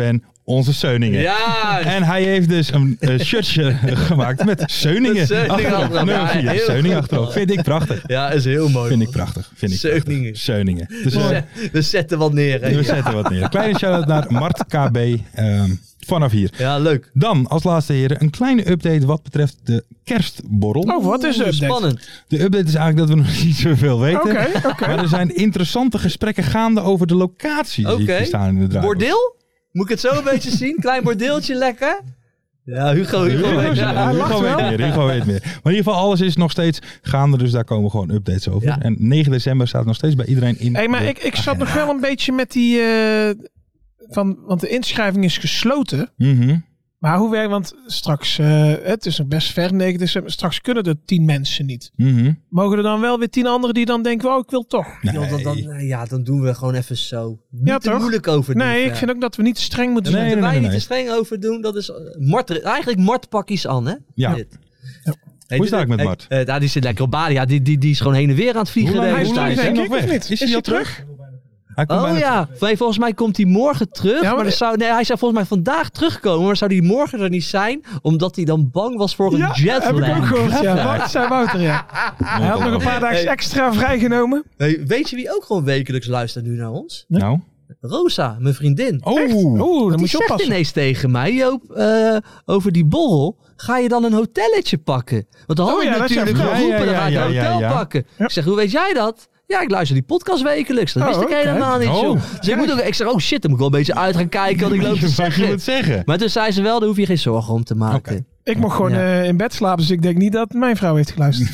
onze Seuningen. Ja! En hij heeft dus een shirtje gemaakt met Seuningen. Met Seuningen achterop. Nummer 4, heel Seuningen goed. achterop. Vind ik prachtig. Ja, is heel mooi. Vind ik prachtig. Seuningen. Seuningen. Dus, We zetten wat neer. Hè? we zetten wat neer. Kleine shout-out naar Mart KB vanaf hier. Ja, leuk. Dan als laatste heren een kleine update wat betreft de kerstborrel. Oh, wat is het? Spannend. De update is eigenlijk dat we nog niet zoveel weten. Oké. Maar er zijn interessante gesprekken gaande over de locaties die hier staan in de draaiboek. Bordeel? Moet ik het zo een beetje zien? Klein bordeeltje, lekker? Ja, Hugo weet Hugo het. weet meer. Maar in ieder geval, alles is nog steeds gaande, dus daar komen gewoon updates over. Ja. En 9 december staat nog steeds bij iedereen in. Hey, maar de ik zat agenda. nog wel een beetje met die... want de inschrijving is gesloten. Mhm. Maar hoe werkt... Want straks... het is nog best ver, 9 december. Straks kunnen er 10 mensen niet. Mhm. Mogen er dan wel weer 10 anderen die dan denken... Oh, ik wil toch. Nee. Dan doen we gewoon even zo. Niet Ja, te toch? moeilijk over doen. Nee, ik vind ook dat we niet te streng moeten Nee, zijn. Wij nee. niet te streng over doen. Dat is... Eigenlijk Mart pakjes aan, hè? Ja. Dit. Hoe is het eigenlijk met Mart? Die zit lekker op Bali. Ja, die is gewoon heen en weer aan het vliegen. Hoe lang- de hele Hij is hoe tijd, terug, lang hè? denk hij ik, nog of weg? niet? Is hij al terug? Hij komt Oh bijna ja, volgens mij komt hij morgen terug. Ja, maar hij zou volgens mij vandaag terugkomen. Maar zou hij morgen er niet zijn? Omdat hij dan bang was voor een Ja, heb ik ook jetlag. gehoord. Ja, wat zei Wouter, ja. Hij had nog een paar dagen extra vrijgenomen. Hey, weet je wie ook gewoon wekelijks luistert nu naar ons? Nou. Rosa, mijn vriendin. Oeh, dan Die moet je zegt oppassen. ineens tegen mij, Joop, over die borrel. Ga je dan een hotelletje pakken? Want dan had ik dat natuurlijk is even- geroepen, dan ga ik een ja, hotel ja. pakken. Ja. Ik zeg, hoe weet jij dat? Ja, ik luister die podcast wekelijks. Dat wist ik oké. helemaal niet, Oh. joh. Dus ik zeg, oh shit, dan moet ik wel een beetje uit gaan kijken wat ik loop te Wat je zeggen. moet zeggen. Maar toen zei ze wel, daar hoef je geen zorgen om te maken. Oké. Ik mocht gewoon Ja. in bed slapen, dus ik denk niet dat mijn vrouw heeft geluisterd.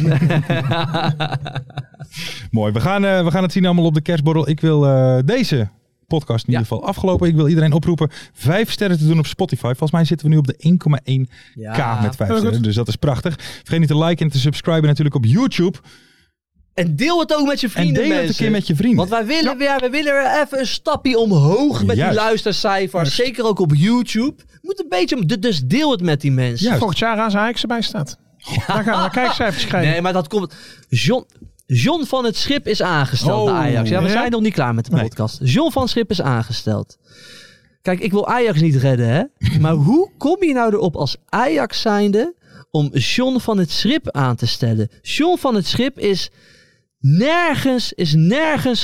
Mooi. We gaan het zien allemaal op de kerstborrel. Ik wil deze podcast in ieder geval afgelopen. Ik wil iedereen oproepen 5 sterren te doen op Spotify. Volgens mij zitten we nu op de 1,1k met 5 heel sterren. goed. Dus dat is prachtig. Vergeet niet te liken en te subscriben natuurlijk op YouTube. En deel het ook met je En vrienden, deel het een mensen. keer met je vrienden. Want wij willen weer even een stapje omhoog met Juist. die luistercijfers. Zeker ook op YouTube. Moet een beetje, dus deel het met die mensen. Juist. Volgend jaar aan zijn Ajax erbij staat. Daar gaan we kijkcijfers krijgen. Nee, maar dat komt... John van het Schip is aangesteld bij Ajax. Ja, we ja? zijn nog niet klaar met de Nee. podcast. John van het Schip is aangesteld. Kijk, ik wil Ajax niet redden, hè. Maar hoe kom je nou erop als Ajax zijnde om John van het Schip aan te stellen? John van het Schip is nergens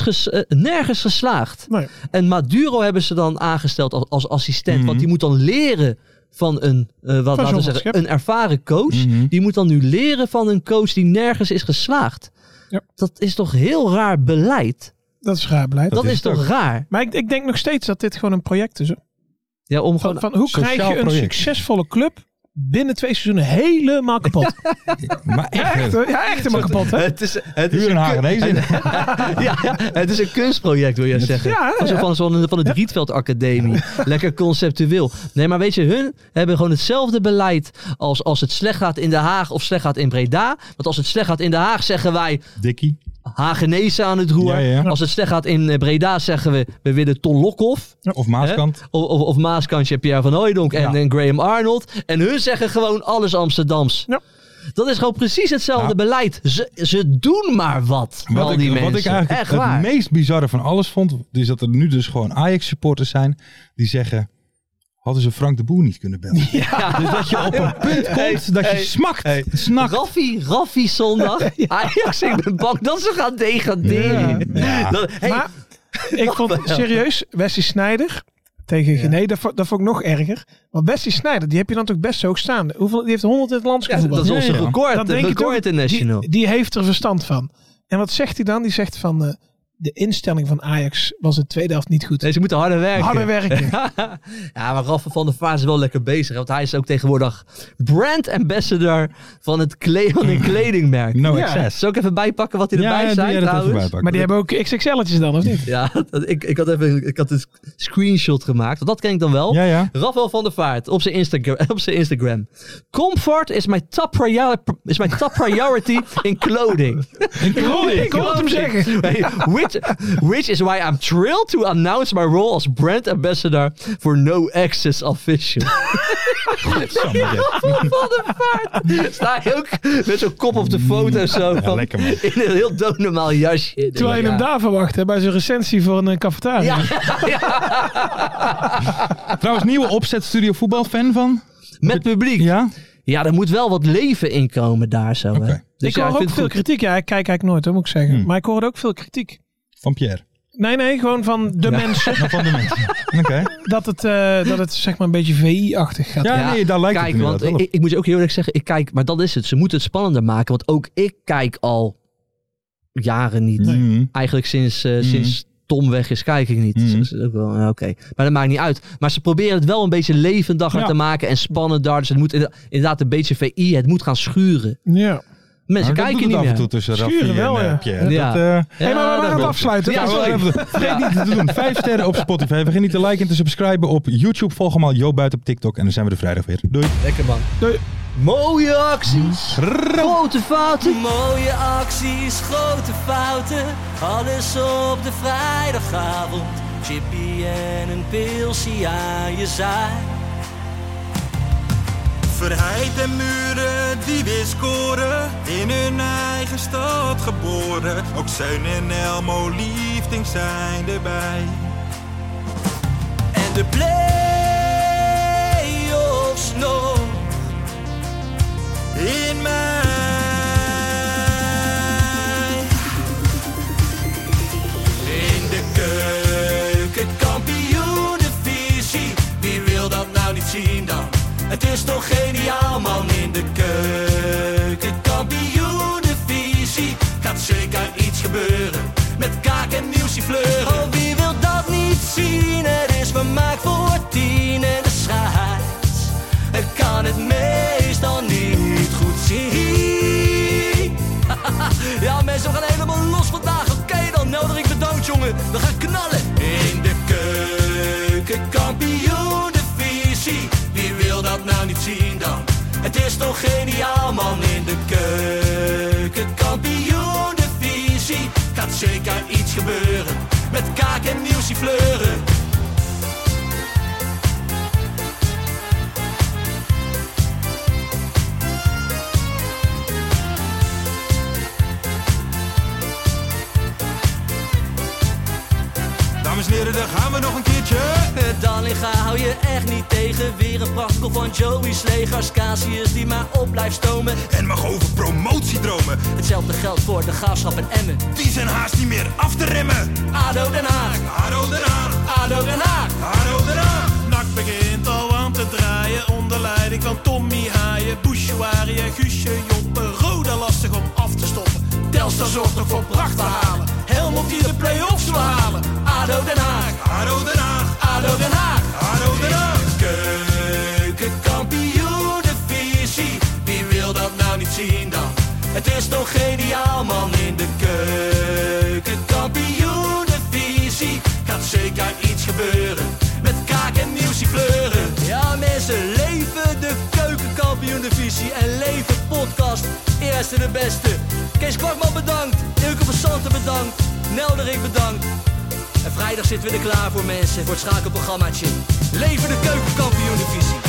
geslaagd. Nee. En Maduro hebben ze dan aangesteld als assistent. Want die moet dan leren van een, John van het Schip. een ervaren coach. Die moet dan nu leren van een coach die nergens is geslaagd. Ja. Dat is toch heel raar beleid? Dat is raar beleid. Dat is is het toch ook. raar? Maar ik denk nog steeds dat dit gewoon een project is. Hoor. Ja, om gewoon... Van hoe krijg sociaal je een project. succesvolle club binnen 2 seizoenen helemaal kapot? Maar echt, Echt, hoor. Ja, echt helemaal kapot. Hè? Het is huur een Hagenees in. ja, het is een kunstproject, wil je zeggen. Ja, Zo ja. van het Rietveld Academie. Lekker conceptueel. Nee, maar weet je, hun hebben gewoon hetzelfde beleid als het slecht gaat in Den Haag of slecht gaat in Breda. Want als het slecht gaat in Den Haag, zeggen wij Dikkie. Hagenezen aan het roer. Ja. Als het slecht gaat in Breda, zeggen we willen Ton Lokhoff. Of Maaskant. Of Maaskantje Pierre van Hooijdonk en Graham Arnold. En hun zeggen gewoon alles Amsterdams. Ja. Dat is gewoon precies hetzelfde beleid. Ze doen maar wat. Al die mensen. Wat ik eigenlijk Echt het waar. meest bizarre van alles vond, is dat er nu dus gewoon Ajax-supporters zijn die zeggen, hadden ze Frank de Boer niet kunnen bellen. Dus dat je op een punt komt dat je snakt. Raffi zondag. Ajax, ik ben bang dat ze gaan degraderen. Ja. Maar ik vond serieus, Wesley Sneijder tegen Gené, dat vond ik nog erger. Want Wesley Sneijder, die heb je dan toch best zo hoog staan. Die heeft 100 in het land Ja, gevoetbald. dat is onze Ja. record, Dan de denk je record toch, international. die heeft er verstand van. En wat zegt hij dan? Die zegt van de instelling van Ajax was de tweede helft niet goed. Nee, ze moeten harder werken. Harder werken. Ja, maar Rafa van der Vaart is wel lekker bezig. Want hij is ook tegenwoordig brand ambassador van een kledingmerk. No Ja. access. Zal ik even bijpakken wat hij erbij doe zei jij dat even trouwens? bijpakken. Maar die hebben ook XXL'tjes dan, of niet? Ja, ik had een screenshot gemaakt. Want dat ken ik dan wel. Ja. Rafael van der Vaart op zijn Instagram. Comfort is my top priority in clothing. Ik hoorde hem zeggen. Hey, Which is why I'm thrilled to announce my role as brand ambassador for No Access Official. Van de vaart. Sta je ook met zo'n kop op de foto zo. Ja, lekker man. In een heel doodnormaal jasje. Terwijl je hem daar verwacht hè, bij zijn recensie voor een cafetaria. Trouwens, nieuwe opzet Studio Voetbal, fan van? Met publiek. Ja? Ja, er moet wel wat leven in komen daar zo. Hè? Oké. Dus Ik hoor ook veel kritiek. Ja, ik kijk eigenlijk nooit, hoor, moet ik zeggen. Maar ik hoorde ook veel kritiek. Van Pierre? Nee, gewoon van de mensen. Van de mensen. Oké. Dat het zeg maar een beetje VI-achtig gaat. Ja, nee, daar lijkt kijk, het want inderdaad wel op. ik moet je ook heel eerlijk zeggen, ik kijk, maar dat is het. Ze moeten het spannender maken, want ook ik kijk al jaren niet. Nee. Eigenlijk sinds Tom weg is, kijk ik niet. Dus dat is ook wel, oké. Maar dat maakt niet uit. Maar ze proberen het wel een beetje levendiger te maken en spannender. Dus het moet inderdaad een beetje VI, het moet gaan schuren. Ja. Mensen Maar kijken dat niet doet het af en meer. toe tussen Schuren Raffi wel, en ja. Pierre. Ja. Dat, Hey, maar we gaan het afsluiten. Ja, sorry. Vergeet niet te doen. 5 sterren op Spotify. Vergeet niet te liken en te subscriben op YouTube. Volg hem al Jo Buiten op TikTok. En dan zijn we er vrijdag weer. Doei. Lekker man. Doei. Mooie acties, grote fouten. Mooie acties, grote fouten. Alles op de vrijdagavond. Chippy en een pilsie aan je zaai. Verheid en Muren die weer scoren, in hun eigen stad geboren. Ook Zeun en Elmo Liefding zijn erbij. En de play-offs nog In mij. in de keukenkampioenenvisie. Wie wil dat nou niet zien dan? Het is toch geniaal man, in de keukenkampioenenvisie. Gaat zeker iets gebeuren, met kaak en nieuwsie fleuren. Oh, wie wil dat niet zien? Het is vermaakt voor 10 en de scheids. Ik kan het meestal niet goed zien. Ja mensen, we gaan helemaal los vandaag. Oké, dan nodig ik bedankt jongen. We gaan knallen. In de keukenkampioenenvisie. Wie wil dat nou niet zien dan? Het is toch geniaal man, in de keukenkampioenenvisie. Gaat zeker iets gebeuren, met kaak en nieuwsie fleuren. Dames en heren, daar gaan we nog een keertje. Dallinga hou je echt niet tegen. Weer een prachtkel van Joey's legers. Casius die maar op blijft stomen. En mag over promotiedromen. Hetzelfde geldt voor de Graafschap en Emmen. Die zijn haast niet meer af te remmen. ADO Den Haag, Haro Den Haag, ADO Den Haag. Haro Den Haag. NAC begint al aan te draaien onder leiding van Tommy Haaien, Bouchouari en Guusje Joppen. Roda lastig om af te stoppen. Telstar zorgt nog voor pracht te halen. Helmond die de play-offs wil halen. ADO Den Haag, Haro Den Haag, ADO Den Haag. Haro Den Haag. Keukenkampioenenvisie. Wie wil dat nou niet zien dan? Het is toch geniaal man, in de keukenkampioenenvisie. Gaat zeker iets gebeuren, met kaak en nieuwsie fleuren. Ja mensen, leven de keukenkampioenenvisie en leven podcast. Eerste de beste. Kees Kwakman bedankt, Ilke van Santen bedankt, Nelderik bedankt. En vrijdag zitten we er klaar voor mensen, voor het schakelprogrammaatje. Leven de keukenkampioenenvisie.